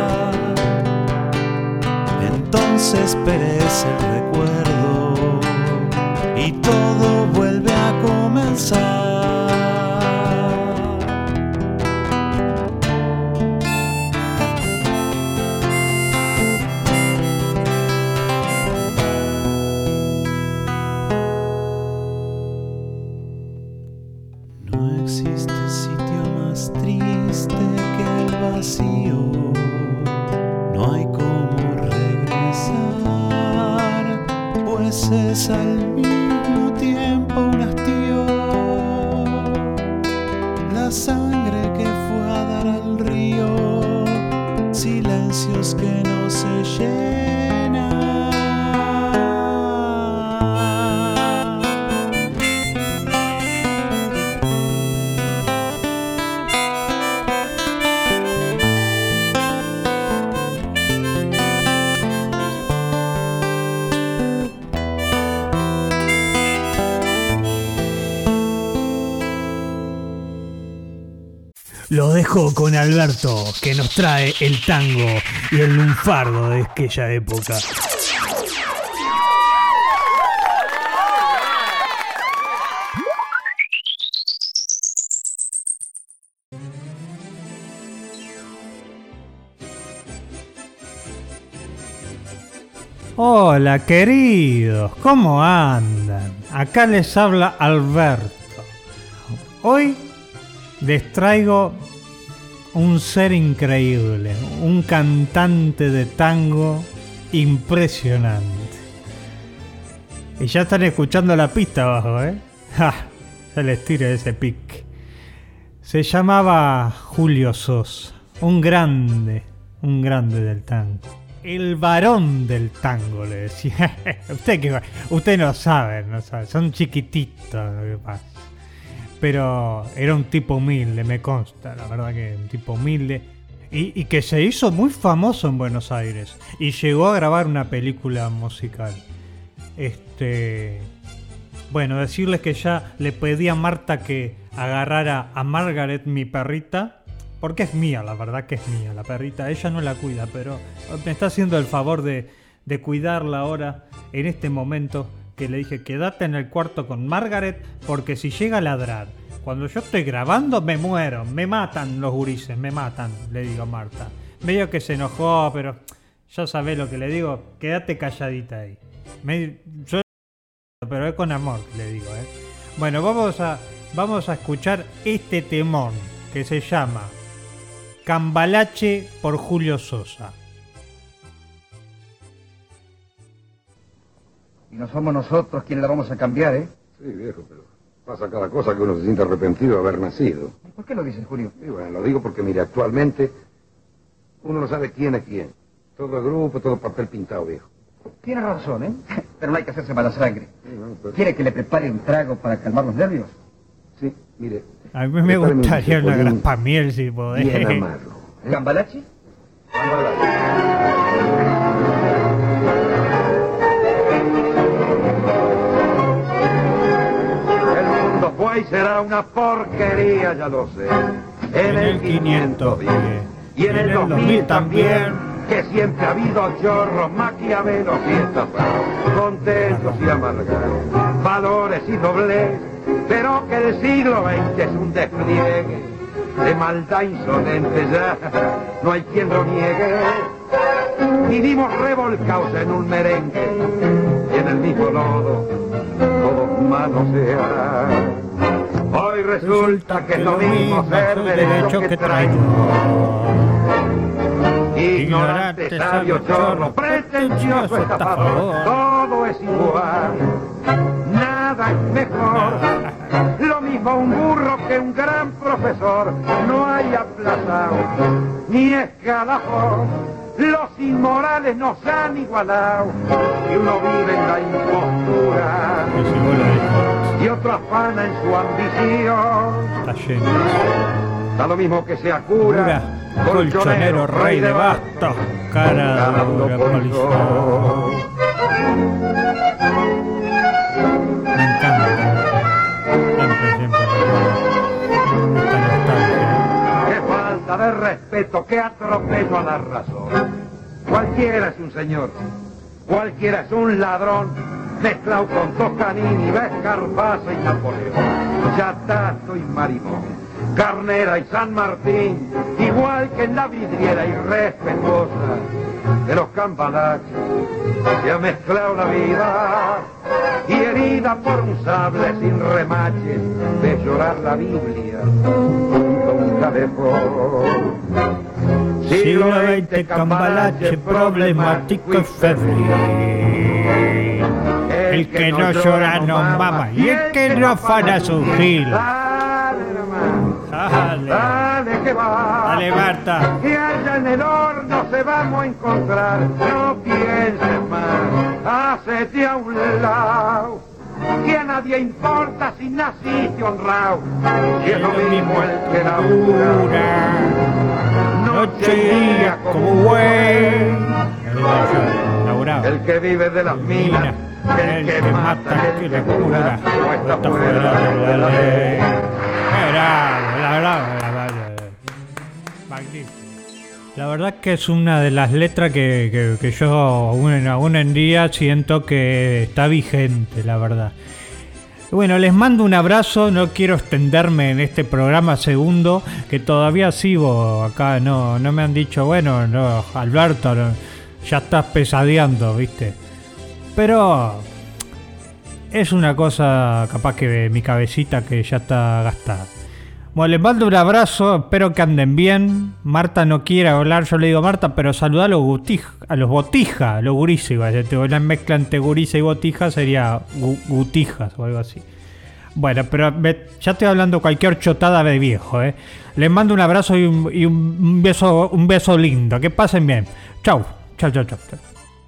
entonces perece el recuerdo y todo vuelve a comenzar. No existe sitio más triste que el vacío. No hay como pues es al mismo tiempo un hastío, la sangre que fue a dar al río, silencios que no se llenan. Lo dejo con Alberto, que nos trae el tango y el lunfardo de aquella época. Hola queridos, ¿cómo andan? Acá les habla Alberto. Hoy les traigo un ser increíble, un cantante de tango impresionante. Y ya están escuchando la pista abajo, ¿eh? ¡Ja! Se les tira ese pique. Se llamaba Julio Sosa, un grande, un grande del tango. El varón del tango, le decía. Usted que usted no sabe, no sabe, son chiquititos lo que pasa. Pero era un tipo humilde, me consta, la verdad que un tipo humilde. Y, y que se hizo muy famoso en Buenos Aires. Y llegó a grabar una película musical. Este, bueno, decirles que ya le pedí a Marta que agarrara a Margaret, mi perrita. Porque es mía, la verdad que es mía la perrita. Ella no la cuida, pero me está haciendo el favor de, de cuidarla ahora, en este momento. Que le dije, quédate en el cuarto con Margaret, porque si llega a ladrar cuando yo estoy grabando, me muero, me matan los gurises, me matan, le digo a Marta. Medio que se enojó, pero ya sabés lo que le digo, quédate calladita ahí. Me, yo, pero es con amor, le digo, ¿eh? Bueno, vamos a, vamos a escuchar este temón que se llama Cambalache por Julio Sosa. Y no somos nosotros quienes la vamos a cambiar, ¿eh? Sí, viejo, pero pasa cada cosa que uno se siente arrepentido de haber nacido. ¿Por qué lo dices, Julio? Sí, bueno, lo digo porque, mire, actualmente uno no sabe quién es quién. Todo el grupo, todo papel pintado, viejo. Tiene razón, ¿eh? Pero no hay que hacerse mala sangre. Sí, no, pues... ¿Quiere que le prepare un trago para calmar los nervios? Sí, mire. A mí me gustaría una grapamiel, si podés. Bien amargo. ¿Eh? ¿Cambalache? Cambalache. país será una porquería, ya lo sé. En el quinientos diez y en el dos mil también, que siempre ha habido chorros, maquiavelos y estafados, contentos y amargados, valores y doblez, pero que el siglo veinte es un despliegue de maldad insolente, ya no hay quien lo niegue. Vivimos revolcados en un merengue y en el mismo lodo todos manosean. Hoy resulta que es lo mismo ser derecho que traidor, ignorante, sabio, chorro, pretencioso, estafador, todo es igual, nada es mejor. Lo mismo un burro que un gran profesor, no hay aplazado ni escalafón. Los inmorales nos han igualado y uno vive en la impostura y otro afana en su ambición. Está lleno. Da lo mismo que sea cura, colchonero, rey de bastos, cara dura polizón. Me encanta. Siempre, siempre recuerdo esta nostalgia. Qué falta de respeto, qué atropello a la razón. Cualquiera es un señor, cualquiera es un ladrón, mezclado con Toscanini, Vescarpasa y Napoleón, Chatato y Marimón, Carnera y San Martín, igual que en la vidriera irrespetuosa de los cambalaches. Se ha mezclado la vida y herida por un sable sin remache de llorar la Biblia junto a un calefón. Siglo veinte, cambalache, problemático y febril. El que no llora no mama y el que no afana su gil. Dale, dale que va, dale Marta. Que allá en el horno se vamos a encontrar. No pienses más, hacete a un lado, que a nadie importa si naciste honrado. Si es lo mismo el que labura, noche y día como güey. El que vive de las minas, el que mata, el que cura, o está fuera de la ley. La verdad, la verdad, magnífico. La verdad que es una de las letras que, que, que yo aún, aún en día siento que está vigente, la verdad. Bueno, les mando un abrazo, no quiero extenderme en este programa segundo, que todavía sigo acá, no, no me han dicho, bueno, no, Alberto, no, ya estás pesadeando, ¿viste? Pero es una cosa capaz que de mi cabecita que ya está gastada. Bueno, les mando un abrazo, espero que anden bien. Marta no quiere hablar, yo le digo Marta, pero saluda a los botija, a los botija, a los gurises. La mezcla entre gurisa y botija sería gu, gutijas o algo así. Bueno, pero me, ya estoy hablando cualquier chotada de viejo, ¿eh? Les mando un abrazo y un, y un beso, un beso lindo. Que pasen bien. Chau, chau, chau, chau. chau.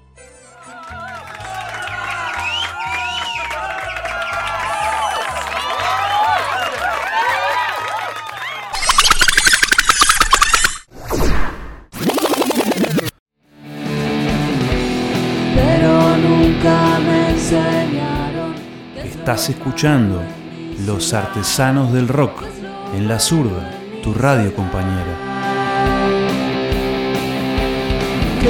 Estás escuchando Los Artesanos del Rock en La Zurda, tu radio compañera. ¿Qué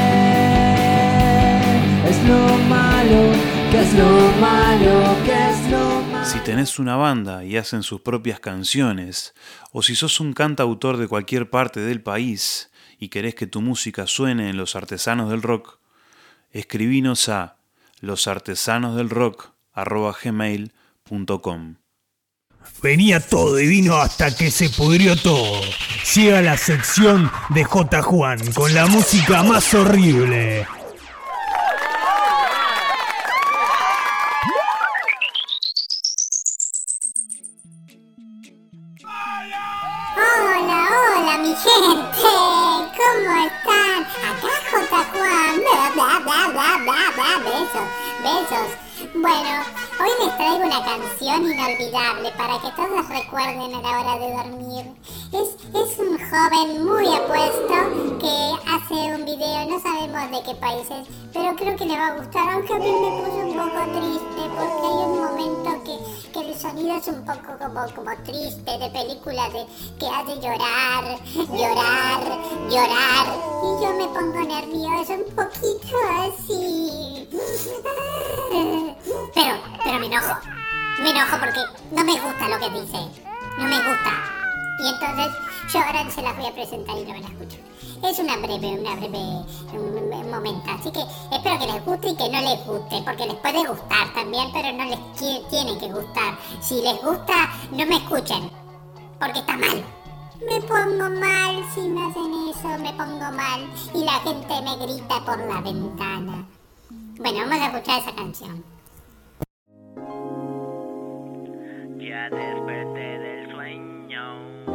es lo malo? ¿Qué es lo malo? ¿Qué es lo malo? Si tenés una banda y hacen sus propias canciones, o si sos un cantautor de cualquier parte del país y querés que tu música suene en Los Artesanos del Rock, escribinos a losartesanosdelrock arroba gmail punto com. Venía todo y vino hasta que se pudrió todo. Llega la sección de J. Juan con la música más horrible. Hola, hola mi gente, ¿cómo están? Acá J. Juan, bla bla bla bla bla bla, besos, besos. Bueno, hoy les traigo una canción inolvidable para que todos recuerden a la hora de dormir. Es, es un joven muy apuesto que hace un video, no sabemos de qué país es, pero creo que le va a gustar, aunque a mí me puso un poco triste porque hay un momento que, que el sonido estilo es un poco como, como triste, de película de, que hace llorar, llorar, llorar. Y yo me pongo nerviosa un poquito así. Pero, pero me enojo. Me enojo porque no me gusta lo que dice. No me gusta. Y entonces yo ahora se las voy a presentar y no me la escucho. Es una breve, una breve un, un momento. Así que espero que les guste y que no les guste. Porque les puede gustar también, pero no les quiere, tiene que gustar. Si les gusta, no me escuchen. Porque está mal. Me pongo mal si me hacen eso, me pongo mal. Y la gente me grita por la ventana. Bueno, vamos a escuchar esa canción. Ya desperté del sueño.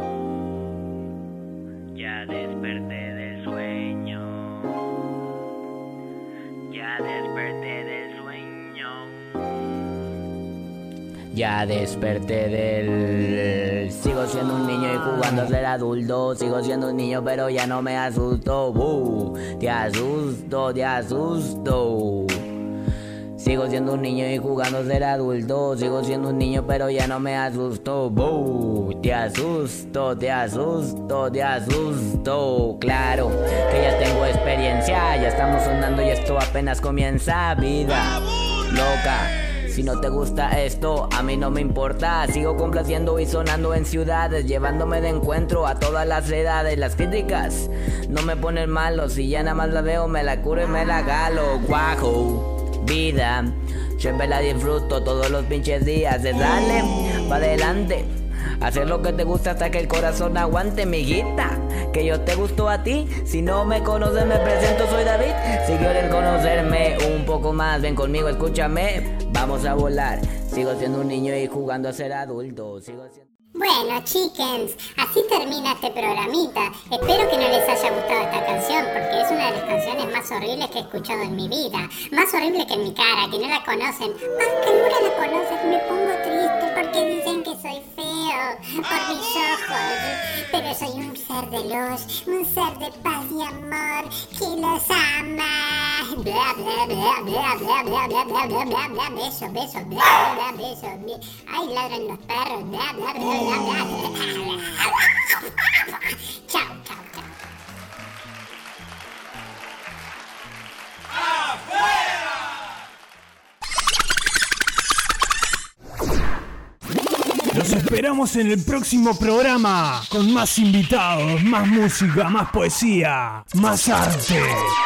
Ya desperté del sueño. Ya desperté del sueño. Ya desperté del... Sigo siendo un niño y jugando a ser adulto. Sigo siendo un niño pero ya no me asusto. Uh, te asusto, te asusto. Sigo siendo un niño y jugando a ser adulto. Sigo siendo un niño pero ya no me asusto. Uh, te asusto, te asusto, te asusto. Claro que ya tengo experiencia. Ya estamos sonando y esto apenas comienza. Vida loca. Si no te gusta esto, a mí no me importa. Sigo complaciendo y sonando en ciudades, llevándome de encuentro a todas las edades. Las críticas no me ponen malo. Si ya nada más la veo, me la curo y me la galo. Guajo, vida, siempre la disfruto todos los pinches días. De dale, pa' adelante, hacer lo que te gusta hasta que el corazón aguante, miguita. Que yo te gusto a ti. Si no me conoces, me presento, soy David. Si quieres conocerme un poco más, ven conmigo, escúchame. Vamos a volar. Sigo siendo un niño y jugando a ser adulto. Sigo siendo... Bueno, chickens, así termina este programita. Espero que no les haya gustado esta canción, porque es una de las canciones más horribles que he escuchado en mi vida. Más horrible que en mi cara, que no la conocen. Aunque algunos la conocen, me pongo triste porque dicen que soy feo por mis ojos. Pero soy un ser de luz, un ser de paz y amor que los ama. Bla, bla, bla, bla, bla, bla, bla, bla, bla, bla, bla, besos, besos, bla, bla, bla, besos. Ay, ladran los perros, bla, bla, bla, bla. Chao, chao, chao. Los esperamos en el próximo programa con más invitados, más música, más poesía, más arte.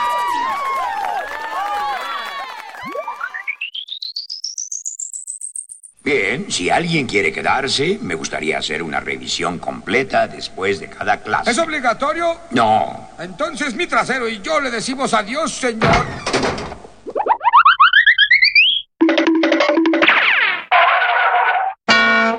Bien, si alguien quiere quedarse, me gustaría hacer una revisión completa después de cada clase. ¿Es obligatorio? No. Entonces mi trasero y yo le decimos adiós, señor.